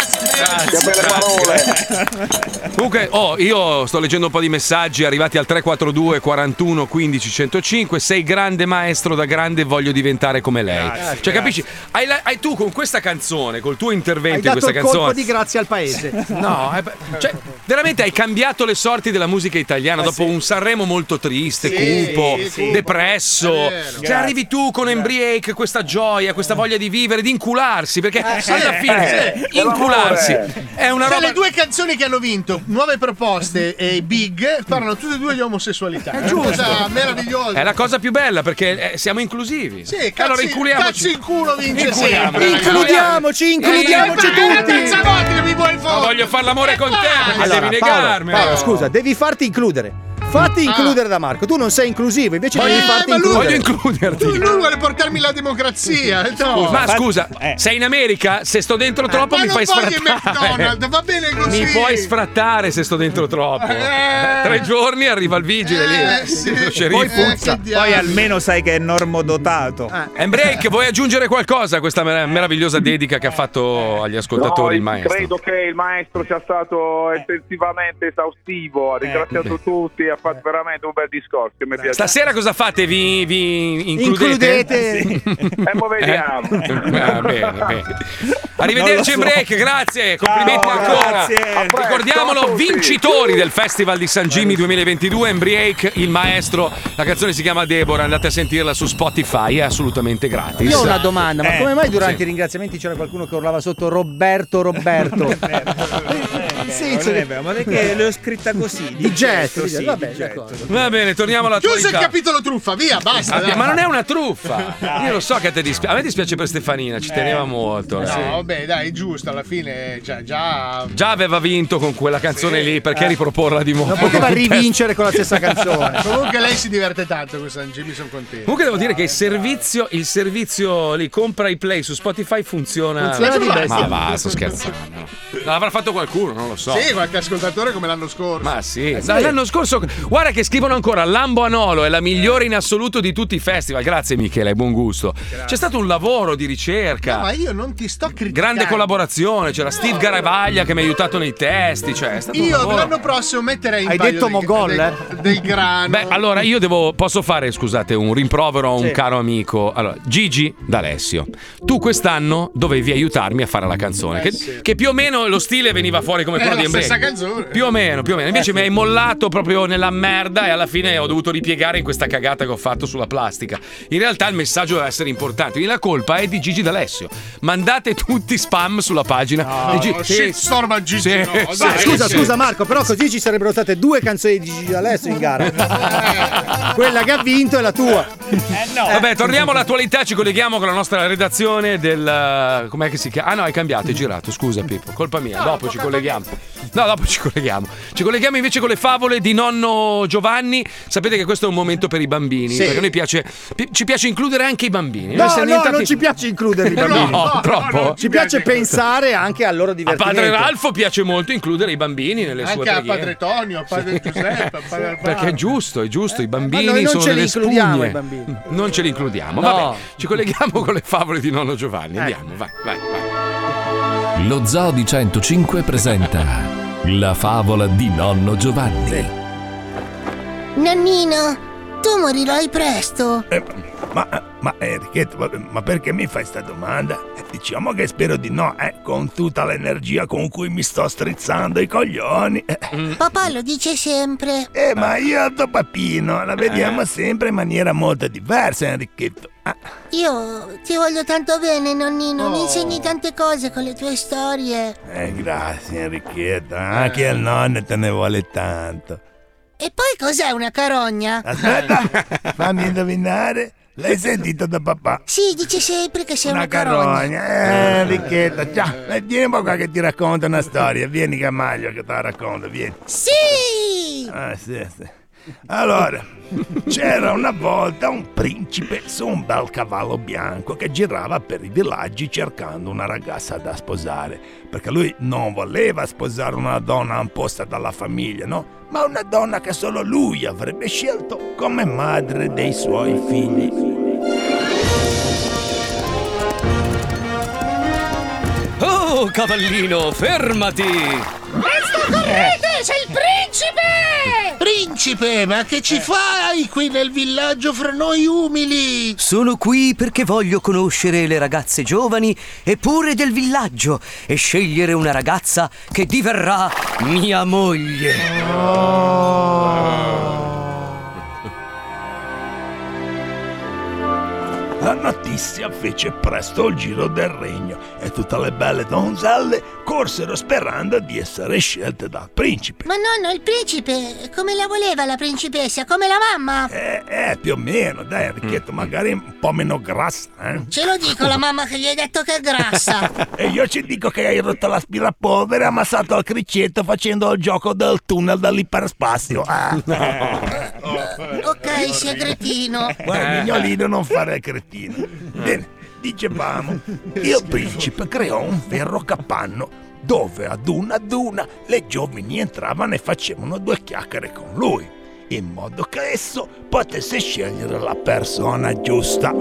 Grazie. Comunque, io sto leggendo un po' di messaggi arrivati al 342 41 15 105. Sei grande maestro da grande, voglio diventare come lei. Cioè, capisci? Hai tu con questa canzone, col tuo intervento in questa canzone. Colpo di grazie al paese. No, cioè, veramente hai cambiato le sorti della musica italiana dopo un Sanremo molto triste, cupo, depresso. Cioè, arrivi tu con Embriake, questa gioia, questa voglia di vivere, di incularsi, perché alla fine incularsi è una roba. Le 2 canzoni che hanno vinto, Nuove Proposte e Big, parlano tutte e 2 di omosessualità. È giusto, meraviglioso. È la cosa più bella perché siamo inclusivi. Sì, allora inculiamoci. Cazzo in culo vince sempre. Includiamoci tutti. È la terza volta che mi vuoi Ma voglio fare l'amore con te, perché Allora, devi negarmi. Paolo, scusa, devi farti includere. Fatti includere da Marco. Tu non sei inclusivo, invece devi farti includere. Voglio includerti. Lui vuole portarmi la democrazia. No. Ma scusa, sei in America? Se sto dentro troppo mi fai sfrattare. McDonald's, va bene così. Mi puoi sfrattare se sto dentro troppo. 3 giorni arriva il vigile lì. Sì. Lo sceriffo. Poi almeno sai che è normodotato. Break, vuoi aggiungere qualcosa a questa meravigliosa dedica che ha fatto agli ascoltatori il maestro? Credo che il maestro sia stato eccessivamente esaustivo, ha ringraziato tutti, ha fatto veramente un bel discorso che mi piace. Stasera cosa fate? Vi includete? E mo vediamo. Bene. Arrivederci in break, grazie, complimenti ancora. Grazie. Ricordiamolo, vincitori del Festival di San Jimmy 2022, in break, il maestro. La canzone si chiama Deborah, andate a sentirla su Spotify, è assolutamente gratis. Io ho una domanda, ma come mai durante i ringraziamenti c'era qualcuno che urlava sotto Roberto? Ma perché l'ho scritta così? Di getto, sì, vabbè, getto. Va bene, torniamo all'attualità. Chiuso il capitolo truffa, via, basta. Ma non è una truffa. Io lo so che a te dispiace. A me dispiace per Stefanina, ci teneva molto. No, vabbè, dai, giusto, alla fine già aveva vinto con quella canzone lì, perché riproporla di nuovo? Non poteva rivincere con la stessa canzone. Comunque lei si diverte tanto con San Jimmy, sono contento. Comunque devo dire che il servizio lì, compra i play su Spotify funziona di bestia. Ma va, sto scherzando. L'avrà fatto qualcuno, non lo so. Sì, qualche ascoltatore come l'anno scorso. Ma sì, l'anno scorso, guarda che scrivono ancora Lambo Anolo è la migliore in assoluto di tutti i festival. Grazie Michele, buon gusto. C'è stato un lavoro di ricerca. No, ma io non ti sto criticando. Grande collaborazione, c'era Steve Garavaglia che mi ha aiutato nei testi, cioè è stato un lavoro. L'anno prossimo metterei in Hai paio detto Mogol, del grano. Beh, allora io posso fare, scusate, un rimprovero a un caro amico. Allora, Gigi D'Alessio, tu quest'anno dovevi aiutarmi a fare la canzone, che più o meno lo stile veniva fuori come quello di la stessa Embrace. canzone. Più o meno. Invece mi hai mollato proprio nella merda e alla fine ho dovuto ripiegare in questa cagata che ho fatto sulla plastica. In realtà il messaggio deve essere importante. Quindi la colpa è di Gigi D'Alessio. Mandate tutti spam sulla pagina. Shitstorm a Gigi. Scusa Marco, però così ci sarebbero state 2 canzoni di Gigi D'Alessio in gara. Quella che ha vinto è la tua. No. Vabbè, torniamo all'attualità, ci colleghiamo con la nostra redazione del... com'è che si chiama? Ah no, hai cambiato, hai girato, scusa Pippo, colpa mia, dopo ci colleghiamo. No, dopo ci colleghiamo. Ci colleghiamo invece con le favole di nonno Giovanni. Sapete che questo è un momento per i bambini, perché a noi ci piace includere anche i bambini. No, non ci piace includere i bambini. No, troppo. Ci piace pensare anche al loro A divertimento. padre Ralfo piace molto includere i bambini nelle sue Anche a preghiere. padre Tonio, a padre Giuseppe, a padre Alvaro. Perché è giusto, i bambini Ma noi non sono ce li delle includiamo spugne. i bambini. Non ce li includiamo. No. Vabbè, ci colleghiamo con le favole di nonno Giovanni. Andiamo, vai. Lo Zoo di 105 presenta la favola di nonno Giovanni. Nonnino, tu morirai presto. Ma Enrichetto, ma perché mi fai sta domanda? Diciamo che spero di no, con tutta l'energia con cui mi sto strizzando i coglioni. Papà lo dice sempre. Ma io e tuo papino la vediamo sempre in maniera molto diversa, Enrichetto. Io ti voglio tanto bene, nonnino. Mi insegni tante cose con le tue storie. Grazie, Enrichetto. Anche il nonno te ne vuole tanto. E poi cos'è una carogna? Aspetta, fammi indovinare. L'hai sentito da papà? Sì, dice sempre che sei una carogna. Enrichetto, ciao. Vieni un po' qua che ti racconto una storia. Vieni Camaglio che te la racconto, vieni. Sì! Sì. Allora, c'era una volta un principe su un bel cavallo bianco che girava per i villaggi cercando una ragazza da sposare, perché lui non voleva sposare una donna imposta dalla famiglia, no? Ma una donna che solo lui avrebbe scelto come madre dei suoi figli. Oh, cavallino, fermati! Presto, correte! C'è il principe! Principe, ma che ci fai qui nel villaggio fra noi umili? Sono qui perché voglio conoscere le ragazze giovani e pure del villaggio e scegliere una ragazza che diverrà mia moglie. La notizia Malizia fece presto il giro del regno e tutte le belle donzelle corsero sperando di essere scelte dal principe. Ma nonno, il principe, come la voleva la principessa? Come la mamma? Più o meno, dai Enrichetto, magari un po' meno grassa, eh? Ce lo dico la mamma che gli hai detto che è grassa. E io ci dico che hai rotto l'aspirapolvere e amassato il criceto facendo il gioco del tunnel dell'iperspazio. Ok, sei cretino. Guarda, mignolino, non fare il cretino. Bene, dicevamo, il principe creò un ferro capanno dove ad una le giovani entravano e facevano 2 chiacchiere con lui, in modo che esso potesse scegliere la persona giusta.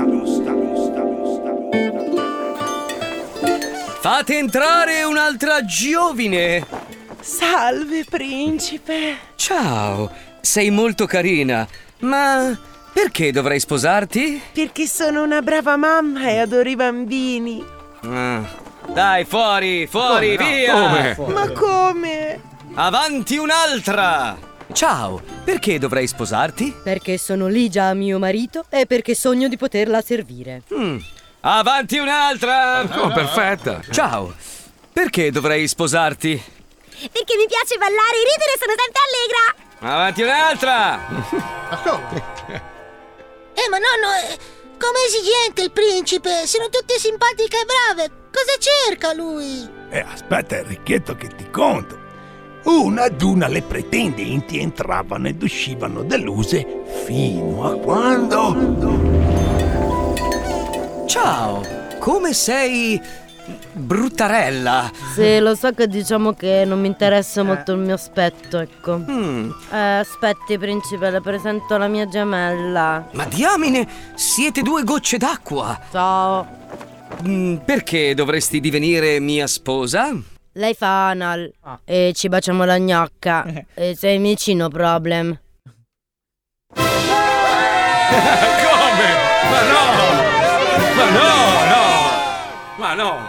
Fate entrare un'altra giovine. Salve, principe. Ciao, sei molto carina, ma perché dovrei sposarti? Perché sono una brava mamma e adoro i bambini. Dai, fuori, via! Come? Ma come? Avanti un'altra! Ciao, perché dovrei sposarti? Perché sono Ligia, mio marito, e perché sogno di poterla servire. Avanti un'altra! Oh, perfetta! Ciao, perché dovrei sposarti? Perché mi piace ballare e ridere, sono sempre allegra! Avanti un'altra! Ma come? Ma nonno, com'è esigente il principe! Sono tutte simpatiche e brave! Cosa cerca lui? Aspetta Enrichetto che ti conto. Una ad una le pretendenti entravano ed uscivano deluse fino a quando... Ciao, come sei bruttarella? Sì, lo so che diciamo che non mi interessa molto il mio aspetto, ecco. Aspetti, principe, le presento la mia gemella. Ma diamine, siete 2 gocce d'acqua. Ciao. Perché dovresti divenire mia sposa? Lei fa anal e ci baciamo la gnocca. E sei vicino, problem. Come? Ma no! Ma no! Ma no!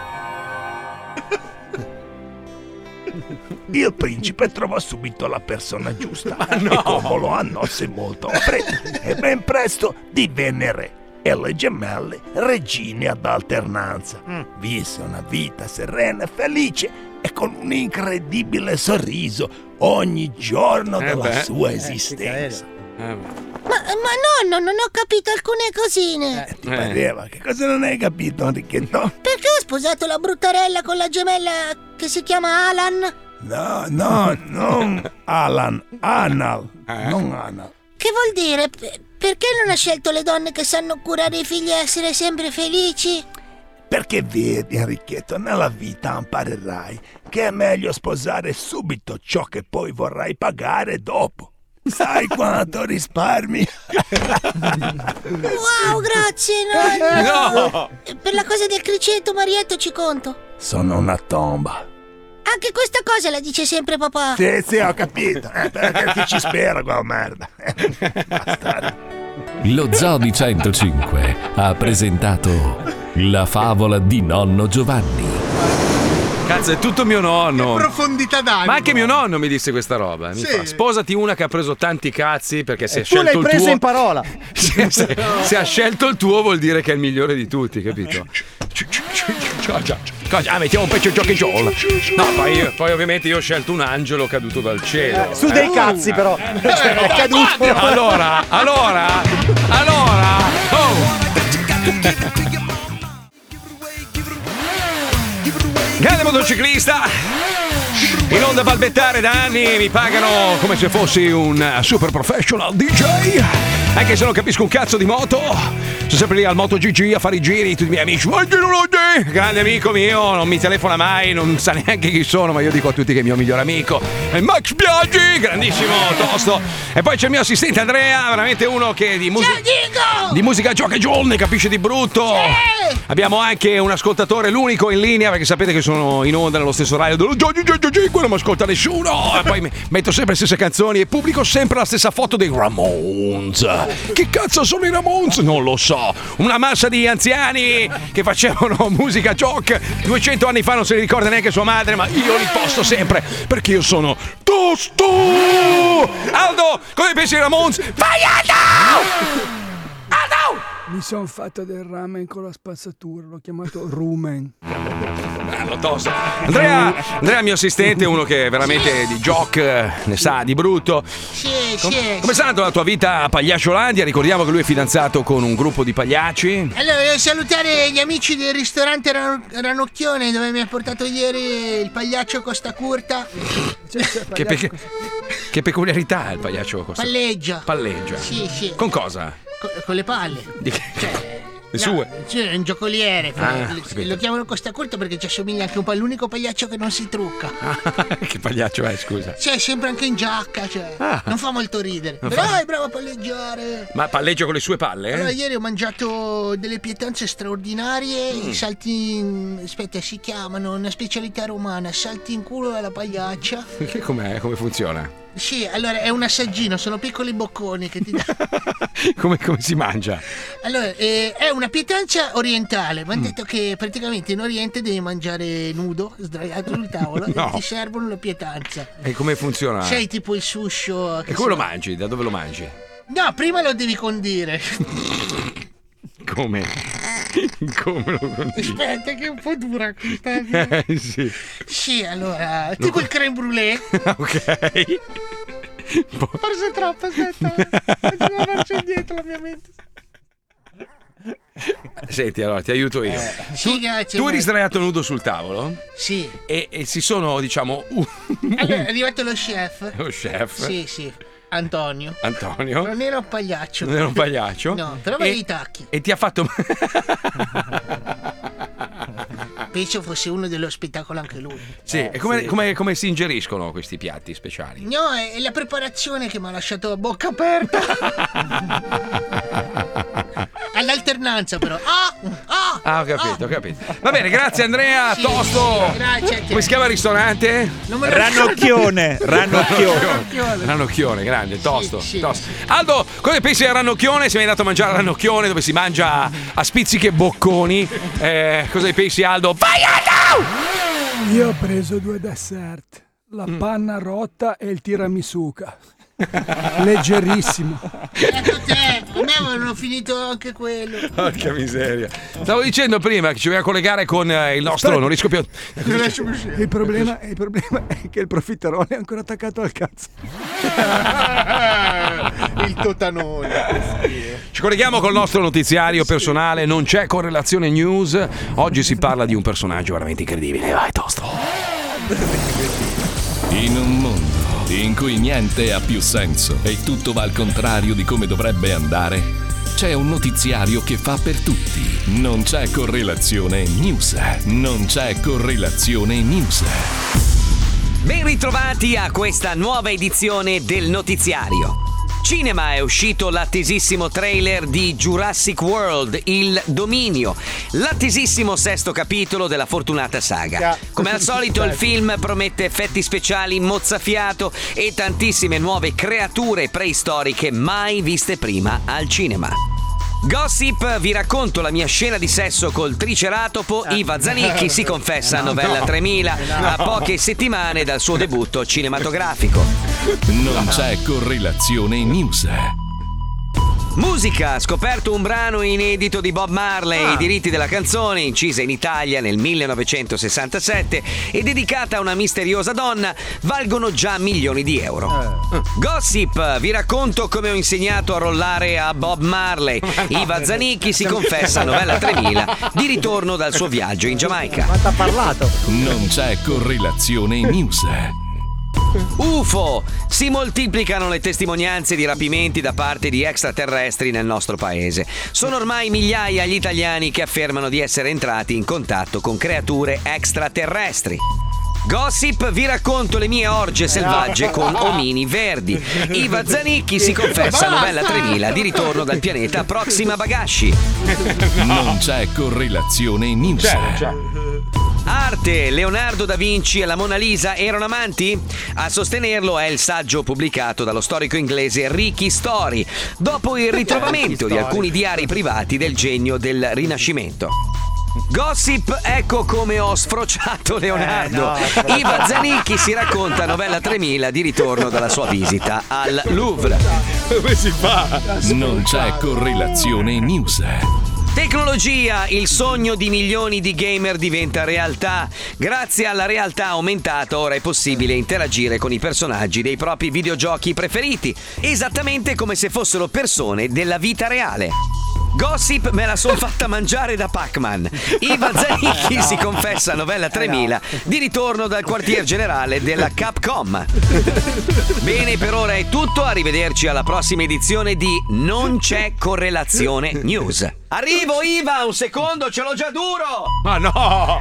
Il principe trovò subito la persona giusta e come annosse molto e ben presto divenne re e le gemelle regine ad alternanza. Visse una vita serena e felice e con un incredibile sorriso ogni giorno della sua esistenza. Ma nonno, non ho capito alcune cosine. Ti pareva? Che cosa non hai capito, Enrichetto? Perché ho sposato la bruttarella con la gemella che si chiama Alan? No, non Alan, Anal, non Anal. Che vuol dire? Perché non ha scelto le donne che sanno curare i figli e essere sempre felici? Perché vedi, Enrichetto, nella vita imparerai che è meglio sposare subito ciò che poi vorrai pagare dopo. Sai quanto risparmi? Wow, grazie, nonno! No! Per la cosa del criceto, Marietto, ci conto. Sono una tomba. Anche questa cosa la dice sempre papà. Sì, ho capito. Perché chi ci spera, quella merda. Lo Zoo di 105 ha presentato la favola di nonno Giovanni. Cazzo, è tutto mio nonno. Che profondità d'animo. Ma anche mio nonno mi disse questa roba. Mi fa, sposati una che ha preso tanti cazzi perché se ha scelto il tuo. Tu l'hai preso in parola. Se ha scelto il tuo vuol dire che è il migliore di tutti, capito? Mettiamo un pezzo giochi gioco. No, poi ovviamente io ho scelto un angelo caduto dal cielo. Su dei cazzi però. È caduto. Allora. Grande motociclista, in onda a balbettare da anni, mi pagano come se fossi un super professional DJ, anche se non capisco un cazzo di moto, sono sempre lì al Moto GG a fare i giri, tutti i miei amici, grande amico mio, non mi telefona mai, non sa neanche chi sono, ma io dico a tutti che è il mio migliore amico, è Max Biaggi, grandissimo, tosto, e poi c'è il mio assistente Andrea, veramente uno che di musica gioca e giù, ne capisce di brutto. Abbiamo anche un ascoltatore, l'unico in linea, perché sapete che sono in onda nello stesso radio dello quello non mi ascolta nessuno, e poi metto sempre le stesse canzoni e pubblico sempre la stessa foto dei Ramones. Che cazzo sono i Ramones? Non lo so, una massa di anziani che facevano musica jock 200 anni fa, non se ne ricorda neanche sua madre, ma io li posto sempre perché io sono tosto. Aldo, cosa pensi dei Ramones? Vai Aldo! Mi sono fatto del ramen con la spazzatura, l'ho chiamato rumen. Bello tosto. Andrea, mio assistente, uno che veramente di jock ne sa di brutto. Come sta andando la tua vita a Pagliacciolandia? Ricordiamo che lui è fidanzato con un gruppo di pagliacci. Allora, voglio salutare gli amici del ristorante Ranocchione, dove mi ha portato ieri il pagliaccio Costa Curta. Che peculiarità ha il pagliaccio Costa? Palleggia. Sì. Con cosa? Con le palle. Le sue? Sì, è un giocoliere. Lo chiamano Costa Curta perché ci assomiglia anche un po' all'unico pagliaccio che non si trucca. Che pagliaccio è, scusa? Cioè, sempre anche in giacca, non fa molto ridere. Però è bravo a palleggiare. Ma palleggia con le sue palle? Allora, ieri ho mangiato delle pietanze straordinarie, i salti aspetta, si chiamano una specialità romana, salti in culo alla pagliaccia. Che com'è? Come funziona? Sì, allora è un assaggino, sono piccoli bocconi che ti dà. Come si mangia? Allora, è una pietanza orientale. Mi hanno detto che praticamente in Oriente devi mangiare nudo, sdraiato sul tavolo, No. e ti servono la pietanza. E come funziona? Sei tipo il suscio. E come lo mangi? Da dove lo mangi? No, prima lo devi condire. Come? Come lo condivi? Aspetta, che è un po' dura questa. Sì. Sì, allora, tipo il crème brûlée. Ok. Forse è troppo, aspetta. Faccio marcia indietro la mia mente. Senti, allora ti aiuto io. Sì, grazie. Tu eri sdraiato nudo sul tavolo? Sì. E si sono, diciamo. Allora, è arrivato lo chef. Lo chef? Sì. Antonio. Non era un pagliaccio. Non era un pagliaccio? No, però aveva i tacchi. E ti ha fatto. Penso fosse uno dello spettacolo anche lui. Sì, e come si ingeriscono questi piatti speciali? No, è la preparazione che mi ha lasciato a bocca aperta. All'alternanza però. Ho capito. Va bene, grazie Andrea, Sì, tosto. grazie a te. Come si chiama il ristorante? Non me lo Ranocchione. Ranocchione, grande, tosto. Aldo, cosa pensi del Ranocchione? Se mi hai dato a mangiare al Ranocchione dove si mangia a spizzichi e bocconi. Cosa ne pensi, Aldo? Vai, Aldo! Io ho preso 2 dessert, la panna rotta e il tiramisùca. Leggerissimo. Ecco te, a me avevano finito anche quello. Porca miseria. Stavo dicendo prima che ci doveva collegare con il nostro, non riesco più a. Il problema è che il profiterone è ancora attaccato al cazzo. Il totanone. Ci colleghiamo col nostro notiziario personale, non c'è correlazione news. Oggi si parla di un personaggio veramente incredibile. Vai, tosto. In un mondo in cui niente ha più senso e tutto va al contrario di come dovrebbe andare, c'è un notiziario che fa per tutti. Non c'è correlazione news. Non c'è correlazione news. Ben ritrovati a questa nuova edizione del notiziario. Cinema è uscito l'attesissimo trailer di Jurassic World, Il Dominio, l'attesissimo 6º capitolo della fortunata saga. Come al solito il film promette effetti speciali mozzafiato e tantissime nuove creature preistoriche mai viste prima al cinema. Gossip, vi racconto la mia scena di sesso col triceratopo. Iva Zanicchi si confessa a Novella 3000 a poche settimane dal suo debutto cinematografico. Non c'è correlazione news. Musica, scoperto un brano inedito di Bob Marley, i diritti della canzone, incisa in Italia nel 1967 e dedicata a una misteriosa donna, valgono già milioni di euro. Gossip, vi racconto come ho insegnato a rollare a Bob Marley. Iva Zanicchi si confessa a Novella 3000 di ritorno dal suo viaggio in Giamaica. Quanto ha parlato? Non c'è correlazione news. UFO! Si moltiplicano le testimonianze di rapimenti da parte di extraterrestri nel nostro paese. Sono ormai migliaia gli italiani che affermano di essere entrati in contatto con creature extraterrestri. Gossip, vi racconto le mie orge selvagge con omini verdi. Iva Zanicchi si confessa a Novella 3000 di ritorno dal pianeta Proxima Bagashi. Non c'è correlazione news. Arte, Leonardo da Vinci e la Mona Lisa erano amanti? A sostenerlo è il saggio pubblicato dallo storico inglese Ricky Story, dopo il ritrovamento di alcuni diari privati del genio del Rinascimento. Gossip, ecco come ho sfrociato Leonardo. Iva Zanicchi si racconta novella 3000 di ritorno dalla sua visita al Louvre. Come si fa? Non c'è correlazione news. Tecnologia, il sogno di milioni di gamer diventa realtà. Grazie alla realtà aumentata ora è possibile interagire con i personaggi dei propri videogiochi preferiti, esattamente come se fossero persone della vita reale. Gossip, me la son fatta mangiare da Pac-Man. Iva Zanicchi si confessa novella 3000 di ritorno dal quartier generale della Capcom. Bene, per ora è tutto, arrivederci alla prossima edizione di Non c'è correlazione news. Arrivo Iva, un secondo, ce l'ho già duro. Ma no!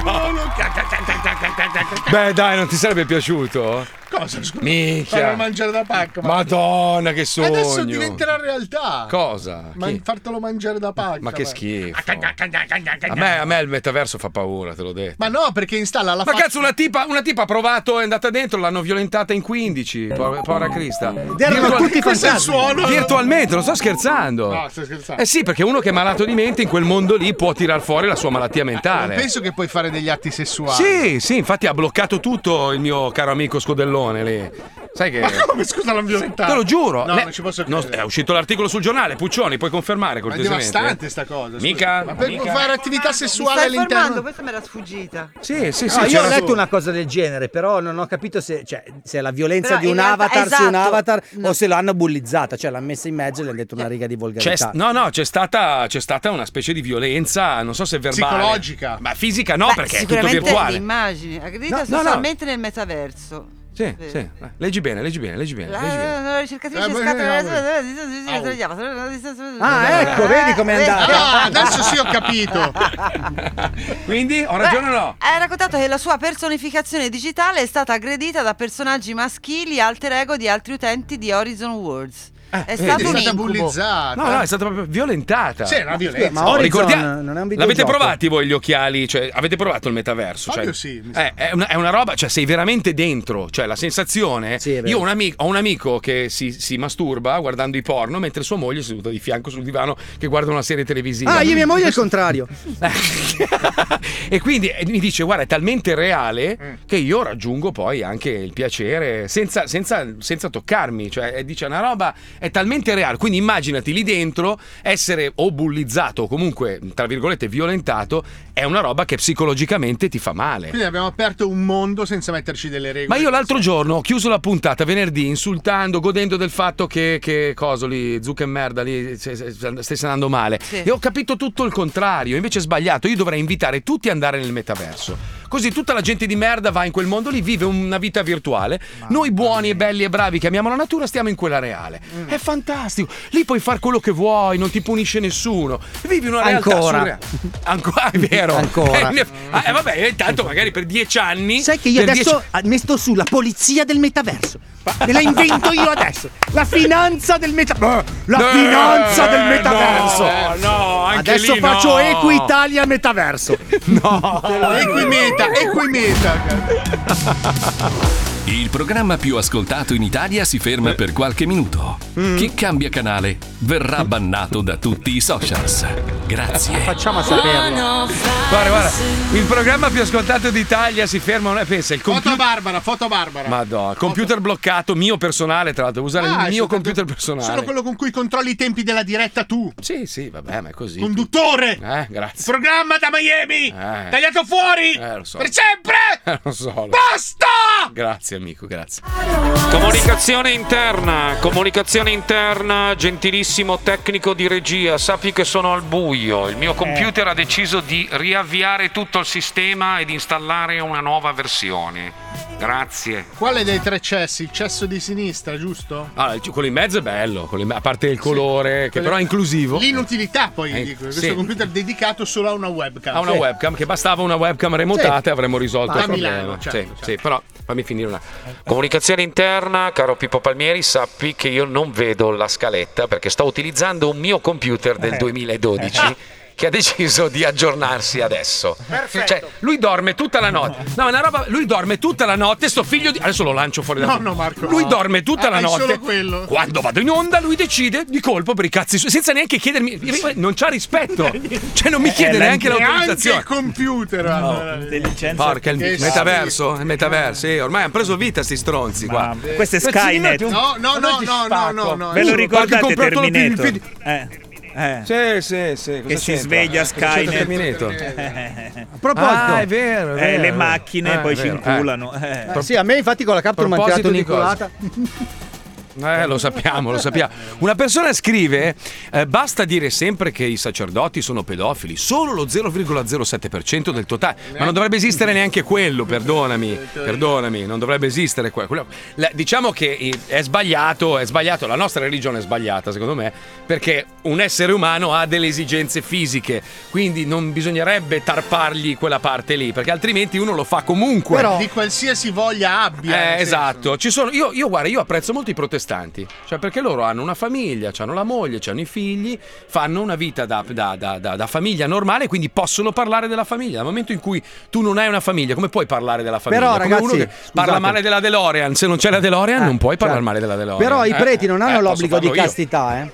Beh dai, non ti sarebbe piaciuto? Cosa? Scusa. Minchia. Farlo mangiare da Pac-Man. Madonna, che sogno. Adesso diventerà realtà. Cosa? Fartelo mangiare da Pac-Man. Ma che schifo. A me il metaverso fa paura, te l'ho detto. Ma no, perché installa la cazzo, una tipa ha provato, è andata dentro, l'hanno violentata in 15. Povera Crista. tutti fantasmi. Virtualmente, non sto scherzando. No, stai scherzando. Eh sì, perché uno che è malato di mente in quel mondo lì può tirar fuori la sua malattia mentale. Non penso che puoi fare degli atti sessuali. Sì, infatti ha bloccato tutto il mio caro amico Scodellone lì. Sai che. Ma come, scusa, l'hanno violentato? Te lo giuro. No, non ci posso credere. È uscito l'articolo sul giornale, Puccioni, puoi confermare Ma è cortesemente? devastante sta cosa. Mica? Ma per fare attività sessuale Stai all'interno. informando, questa me era sfuggita. Sì. No, io ho letto una cosa del genere, però non ho capito se è la violenza Però di un in realtà, avatar su un esatto. avatar o se l'hanno bullizzata, cioè l'hanno messa in mezzo e le hanno detto una riga di volgarità. C'è stata una specie di violenza, non so se verbale. Psicologica. Ma fisica no, perché è tutto Sicuramente virtuale. l'immagine, aggredita sessualmente nel metaverso. Sì. Leggi bene. La ricercatrice Ah, ecco, vedi com'è andata. Adesso sì ho capito. Quindi ho ragione o no? Ha raccontato che la sua personificazione digitale è stata aggredita da personaggi maschili alter ego di altri utenti di Horizon Worlds. È stato un incubo. bullizzata. No, è stata proprio violentata. Sì, è una violenza. Ma Horizon non è un videogioco. L'avete provati voi gli occhiali? Cioè, avete provato il metaverso? Ovvio, Cioè, sì. è una roba, cioè sei veramente dentro. Cioè, la sensazione. Sì, è vero. Io ho un amico che si masturba guardando i porno mentre sua moglie è seduta di fianco sul divano che guarda una serie televisiva. Ah, io e mia moglie è il contrario. E quindi mi dice: guarda, è talmente reale che io raggiungo poi anche il piacere senza toccarmi. Cioè, dice una roba, è talmente reale. Quindi immaginati lì dentro essere o bullizzato o comunque, tra virgolette, violentato. È una roba che psicologicamente ti fa male. Quindi abbiamo aperto un mondo senza metterci delle regole. Ma io l'altro giorno ho chiuso la puntata venerdì insultando, godendo del fatto che coso lì, Zuckermerda lì stesse andando male. Sì. E ho capito tutto il contrario. Invece è sbagliato. Io dovrei invitare tutti ad andare nel metaverso. Così tutta la gente di merda va in quel mondo lì, vive una vita virtuale. Noi buoni e belli e bravi che amiamo la natura stiamo in quella reale. È fantastico. Lì puoi fare quello che vuoi, non ti punisce nessuno. Vivi una realtà surreale. Ancora, è vero. Ancora. Vabbè, intanto magari per 10 anni. Sai che io adesso metto su la polizia del metaverso. Me la invento io adesso. La finanza del metaverso. Finanza del metaverso. No, anche adesso lì faccio no. Equitalia metaverso. No. Equimeta. Il programma più ascoltato in Italia si ferma per qualche minuto. Chi cambia canale verrà bannato da tutti i socials. Grazie. Facciamo a saperlo. Guarda, il programma più ascoltato d'Italia si ferma, non è, pensa, il computer. Foto Barbara. Madonna, computer bloccato, mio personale, tra l'altro, usare il mio computer personale. Solo quello con cui controlli i tempi della diretta tu. Sì, vabbè, ma è così. Conduttore. Grazie. Programma da Miami. Tagliato fuori. Lo so. Per sempre. Lo so. Basta. Grazie amico, grazie. Comunicazione interna, gentilissimo tecnico di regia, sappi che sono al buio. Il mio computer ha deciso di riavviare tutto il sistema ed installare una nuova versione. Grazie. Quale dei tre cessi? Il cesso di sinistra, giusto? Allora, quello in mezzo è bello, a parte il colore, che però è inclusivo. L'inutilità, poi dico, questo computer dedicato solo a una webcam. A una webcam, che bastava una webcam remotata e avremmo risolto il problema. Milano, certo. Sì, però fammi finire una. Comunicazione interna, caro Pippo Palmieri, sappi che io non vedo la scaletta perché sto utilizzando un mio computer del 2012 che ha deciso di aggiornarsi adesso. Perfetto. Cioè, lui dorme tutta la notte. No, è una roba. Lui dorme tutta la notte. Sto figlio di. Adesso lo lancio fuori da. No, Marco. Lui dorme tutta la Hai notte. solo quello. Quando vado in onda, lui decide di colpo per i cazzi suoi, senza neanche chiedermi. Non c'ha rispetto. Cioè, non mi chiede neanche l'autorizzazione. Neanche il computer. Intelligenza. Porca il metaverso. Il metaverso. Sì, ormai hanno preso vita sti stronzi qua. Questo è Skynet. No. Ve lo ricordate comprato Terminator? Sì. Che si sveglia Skynet. Terminator. A proposito, è vero. Le macchine poi ci inculano. Sì, a me infatti con la capture mi ha tirato un'inculata. Lo sappiamo. Una persona scrive: basta dire sempre che i sacerdoti sono pedofili, solo lo 0,07% del totale. Ma non dovrebbe esistere neanche quello, perdonami, non dovrebbe esistere quello. Diciamo che è sbagliato, la nostra religione è sbagliata, secondo me, perché un essere umano ha delle esigenze fisiche, quindi non bisognerebbe tarpargli quella parte lì, perché altrimenti uno lo fa comunque. Però di qualsiasi voglia abbia. Esatto. Ci sono, io apprezzo molto i protestanti. Cioè, perché loro hanno una famiglia, hanno la moglie, hanno i figli, fanno una vita da famiglia normale, quindi possono parlare della famiglia. Dal momento in cui tu non hai una famiglia, come puoi parlare della famiglia? Però, come ragazzi, uno che parla male della DeLorean, se non c'è la DeLorean non puoi parlare male della DeLorean. Però i preti non hanno l'obbligo di posso farlo castità,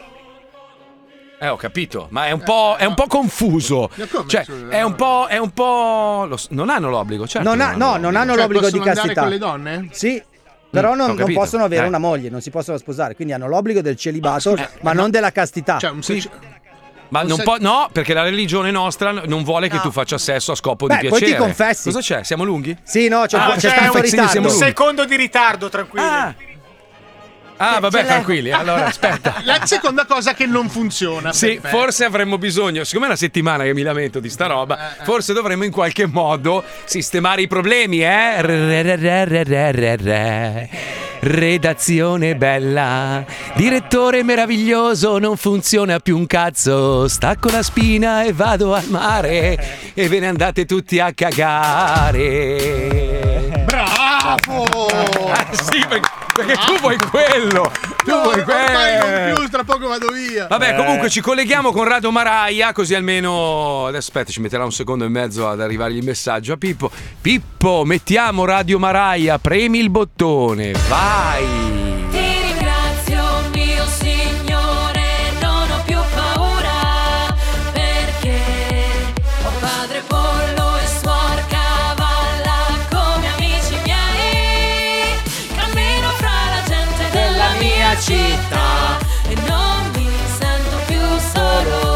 ho capito, ma è un po' confuso. Cioè, è un po'. Non hanno l'obbligo, certo. Non hanno l'obbligo di castità. Con le donne? Sì. Però non possono avere una una moglie, non si possono sposare, quindi hanno l'obbligo del celibato, ma non della castità. Cioè, Ma non può, no, perché la religione nostra non vuole che tu faccia sesso a scopo di piacere. Poi ti confessi. Cosa c'è? Siamo lunghi? Sì, no, c'è un ritardo. Un secondo di ritardo, tranquilli. Vabbè, tranquilli. Allora, aspetta. La seconda cosa che non funziona. Sì, perfetto. forse avremmo bisogno, siccome è una settimana che mi lamento di sta roba, forse dovremmo in qualche modo sistemare i problemi, Redazione bella, direttore meraviglioso, non funziona più un cazzo, stacco la spina e vado al mare e ve ne andate tutti a cagare. Bravo! Sì, perché tu vuoi quello. Ormai non più, tra poco vado via. Vabbè, comunque ci colleghiamo con Radio Maraia, così almeno. Adesso aspetta, ci metterà un secondo e mezzo ad arrivare il messaggio a Pippo. Pippo, mettiamo Radio Maraia, premi il bottone, vai. Ti ringrazio, mio Signore, non ho più paura, perché ho padre Pollo e suor Cavalla come amici miei. Cammino fra la gente della mia città e non mi sento più solo.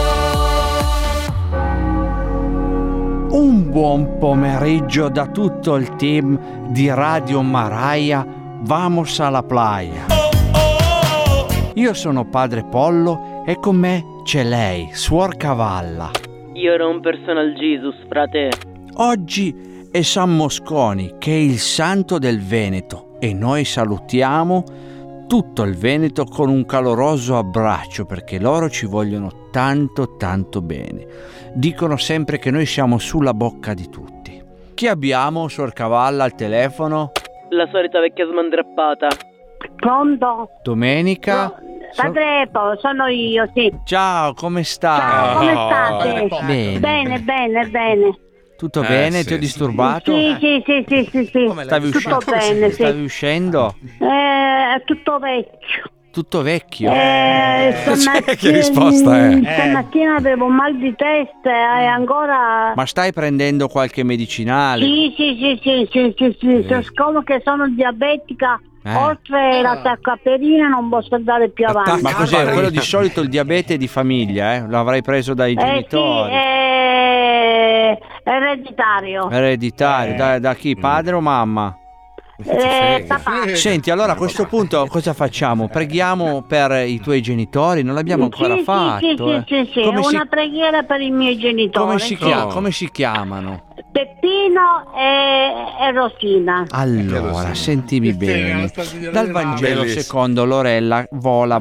Un buon pomeriggio da tutto il team di Radio Maraia. Vamos alla playa. Io sono padre Pollo e con me c'è lei, suor Cavalla. Io ero un personal Jesus, frate. Oggi è San Mosconi, che è il santo del Veneto, e noi salutiamo tutto il Veneto con un caloroso abbraccio, perché loro ci vogliono tanto tanto bene. Dicono sempre che noi siamo sulla bocca di tutti. Chi abbiamo, suor Cavalla, al telefono? La solita vecchia smandrappata. Pronto? Domenica? Padre Pollo, sono io, sì. Ciao, come stai? Ciao, come state? Bene. Bene. Tutto bene? Ti ho disturbato? Sì. Stavi tutto uscendo? bene, sì. Stavi uscendo? È tutto vecchio. Tutto vecchio? Che risposta è? Stamattina avevo mal di testa e ancora... Ma stai prendendo qualche medicinale? Sì. Siccome che sono diabetica, oltre l'attaccaperina non posso andare più avanti. Ma cos'è? Quello di solito il diabete di famiglia, Lo avrai preso dai genitori? Sì, è ereditario. Ereditario, da chi? Padre o mamma? Papà. Senti, allora a questo punto cosa facciamo? Preghiamo per i tuoi genitori? Non l'abbiamo ancora fatto. Sì. Una preghiera per i miei genitori. Come si chiamano? Peppino e Rosina. Allora, sentimi bene. Dal Vangelo secondo Lorella, vola.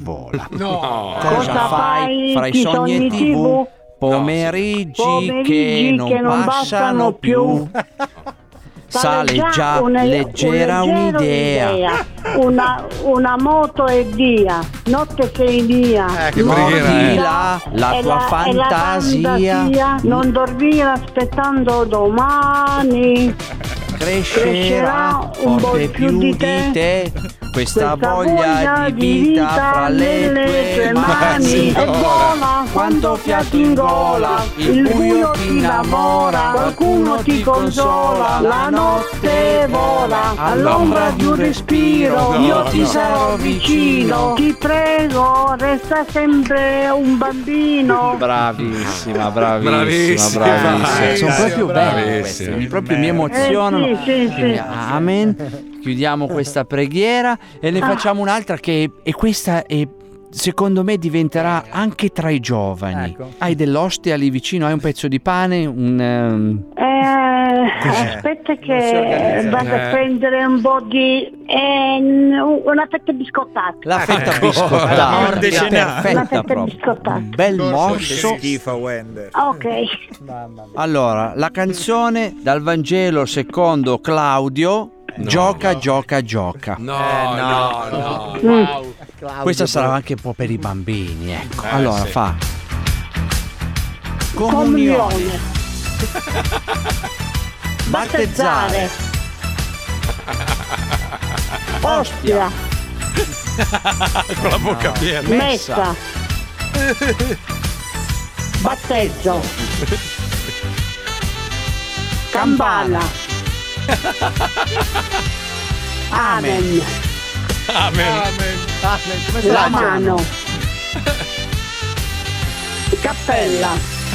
Cosa fai fra i sogni e TV? Pomeriggi che non passano più. sale già leggera un'idea. Una moto e via, notte sei via. Morila la tua fantasia. Non dormire aspettando domani. Crescerà un po' più di te. Questa voglia di vita fra le tue mani. E vola quanto fiato in gola, il buio ti innamora, qualcuno ti consola, la notte vola, all'ombra di un respiro, io ti sarò vicino, ti prego, resta sempre un bambino. Bravissima. Sono proprio belle queste, proprio mi emozionano. Sì. Amen. Chiudiamo questa preghiera e ne facciamo un'altra che è questa e secondo me diventerà anche tra i giovani. Ecco. Hai dell'ostia lì vicino, hai un pezzo di pane, aspetta che vado a prendere un po' di una fetta biscottata. La fetta biscottata, perfetta proprio. Un bel morso. Schifo, Wender. Ok. Allora, la canzone dal Vangelo secondo Claudio. Gioca. No. Questa sarà anche un po' per i bambini, ecco. Allora sì. Fa comunione. Battezzare. Ostia. Con la bocca piena. Messa. Battezzo. Campana. Amen. La mano. Cappella.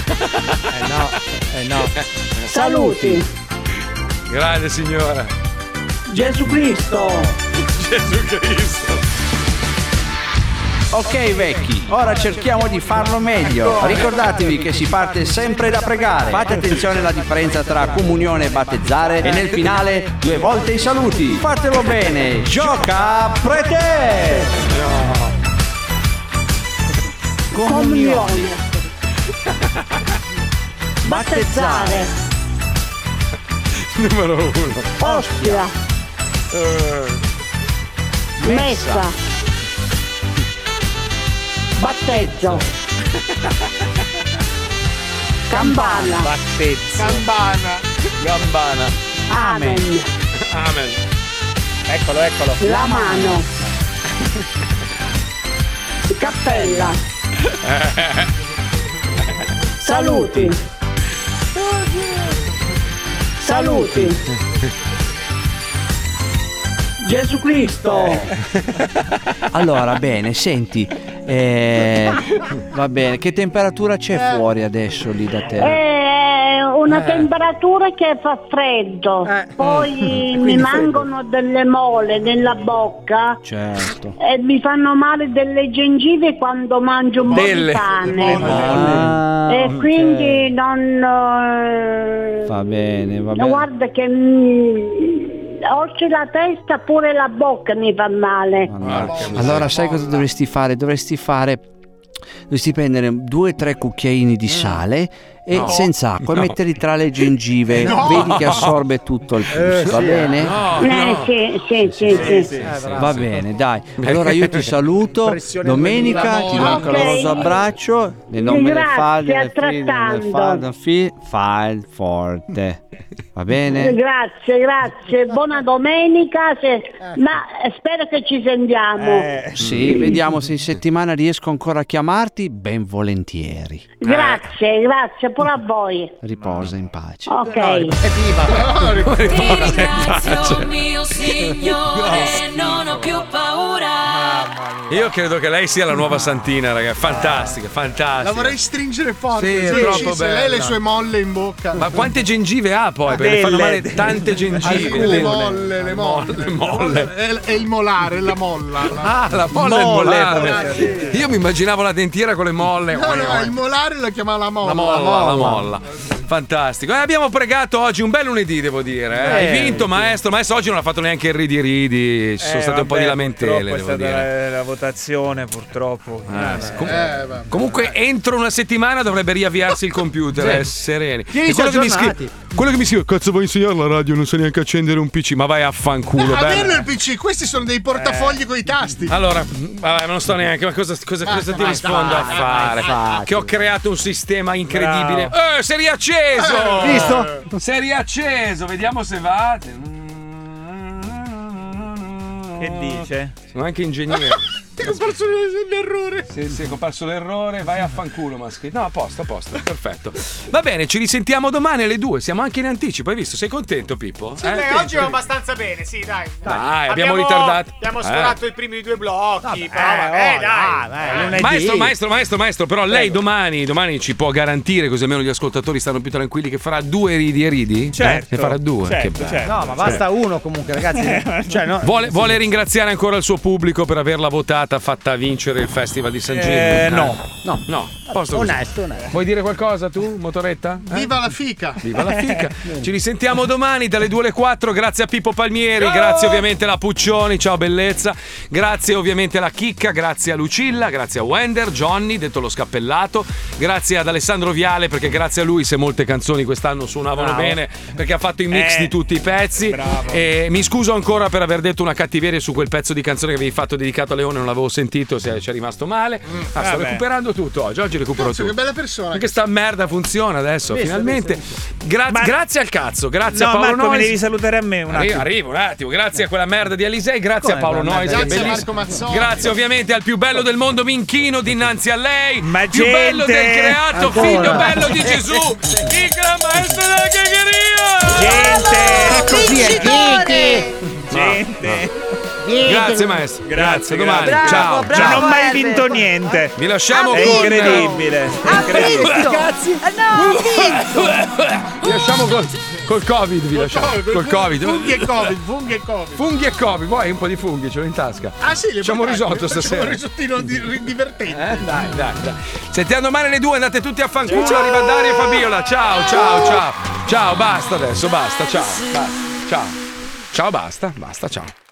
No. Saluti. Grande signora. Gesù Cristo. Ok vecchi, ora cerchiamo di farlo meglio. Ricordatevi che si parte sempre da pregare. Fate attenzione alla differenza tra comunione e battezzare e nel finale 2 volte i saluti. Fatelo bene. Gioca prete. Comunione. Battezzare. Numero 1. Ostia. Messa. Battezzo. Campana. Gambana. Amen. Eccolo. La mano. Cappella. Saluti. Gesù Cristo. Allora, bene, senti, va bene, che temperatura c'è fuori adesso lì da te? Una temperatura che fa freddo, poi mi mancano delle mole nella bocca. Certo. E mi fanno male delle gengive quando mangio un po' di pane. E quindi non... Va bene. Guarda che oltre la testa pure la bocca mi fa male. Allora sai cosa dovresti fare? Dovresti prendere 2 o 3 cucchiaini di sale e senza acqua e metterli tra le gengive. Vedi che assorbe tutto il pus, va bene? Sì. Va bene, dai. Allora io ti saluto, Domenica, ti do un caloroso abbraccio nel nome del Padre, del Figlio, fai forte. Va bene? Grazie. Buona domenica, ma spero che ci sentiamo. Sì, vediamo se in settimana riesco ancora a chiamarti, ben volentieri. Grazie, pure a voi. Riposa in pace. Ok. Ringrazio mio Signore, non ho più paura. Io credo che lei sia la nuova Santina, ragazzi. Fantastica. La vorrei stringere forte. Sì, è troppo bella. Lei le sue molle in bocca. Ma quante gengive ha poi? Perché fanno male tante gengive. Le molle. E il molare, la molla. La molla e il molare. Io mi immaginavo la dentiera con le molle. No, il molare la chiamava la molla. La molla. Fantastico. Abbiamo pregato oggi un bel lunedì, devo dire. Hai vinto, maestro. Maestro oggi non ha fatto neanche il ridi. Ci sono state un po' di lamentele, devo dire. La votazione, purtroppo. Comunque entro una settimana dovrebbe riavviarsi il computer, sereni. Tieni aggiornati. quello che mi scrive, cazzo vuoi insegnare la radio, non so neanche accendere un PC, ma vai a fanculo. Averlo il PC, questi sono dei portafogli con i tasti. Allora, vabbè, non sto neanche, ma cosa ti rispondo a fare? Che ho creato un sistema incredibile. Si è riacceso! Visto? Si è riacceso, vediamo se va. Che dice? Sono anche ingegnere. Ti è comparso l'errore. Sì, è comparso l'errore. Vai a fanculo, maschi. No, a posto, perfetto. Va bene, ci risentiamo domani alle 2. Siamo anche in anticipo, hai visto? Sei contento, Pippo? Sì, oggi va abbastanza bene, sì, dai. Abbiamo ritardato. Abbiamo sforato i primi 2 blocchi. Vabbè, Maestro, però lei domani ci può garantire, così almeno gli ascoltatori stanno più tranquilli, che farà 2 ridi e ridi? Certo. Ne farà 2. Certo. No, ma basta uno comunque, ragazzi. Cioè, no. Vuole ringraziare ancora il suo pubblico per averla votata, fatta vincere il Festival di San Gino? No. Posto così. Onesto. Vuoi dire qualcosa tu, Motoretta? Viva la fica! Viva la fica! Ci risentiamo domani dalle 2 alle 4. Grazie a Pippo Palmieri, grazie ovviamente alla Puccioni, ciao bellezza. Grazie ovviamente alla Chicca, grazie a Lucilla, grazie a Wender, Johnny, detto lo scappellato. Grazie ad Alessandro Viale, perché grazie a lui se molte canzoni quest'anno suonavano bene, perché ha fatto i mix di tutti i pezzi. E mi scuso ancora per aver detto una cattiveria su quel pezzo di canzone che avevi fatto dedicato a Leone, non l'avevo sentito, ci è rimasto male. Sto recuperando tutto oggi recupero tutto. Che bella persona. Perché sta merda funziona adesso, finalmente. Grazie al cazzo, grazie a Paolo Marco, Noyes. mi devi salutare a me un attimo. Arrivo un attimo, grazie a quella merda di Alisei, grazie a Paolo Noyes, che è Grazie a bellissimo. Marco Mazzoni. Grazie ovviamente al più bello del mondo Minchino dinanzi a lei, Ma più bello del creato, ancora. figlio bello di Gesù, il gran maestro della cagheria. Gente. Grazie maestro, grazie, domani. Bravo, Ciao, non ho mai vinto niente. Vi lasciamo È con incredibile. Vi lasciamo col Covid, vi lasciamo. Col Covid. Funghi e Covid, vuoi un po' di funghi, ce l'ho in tasca. Ah sì, Facciamo un risotto stasera. Un risottino divertente. Dai. Sentiamo domani alle 2, andate tutti a fanculo, arriva Dario e Fabiola. Ciao, basta adesso, basta, ciao. Ciao, basta, ciao.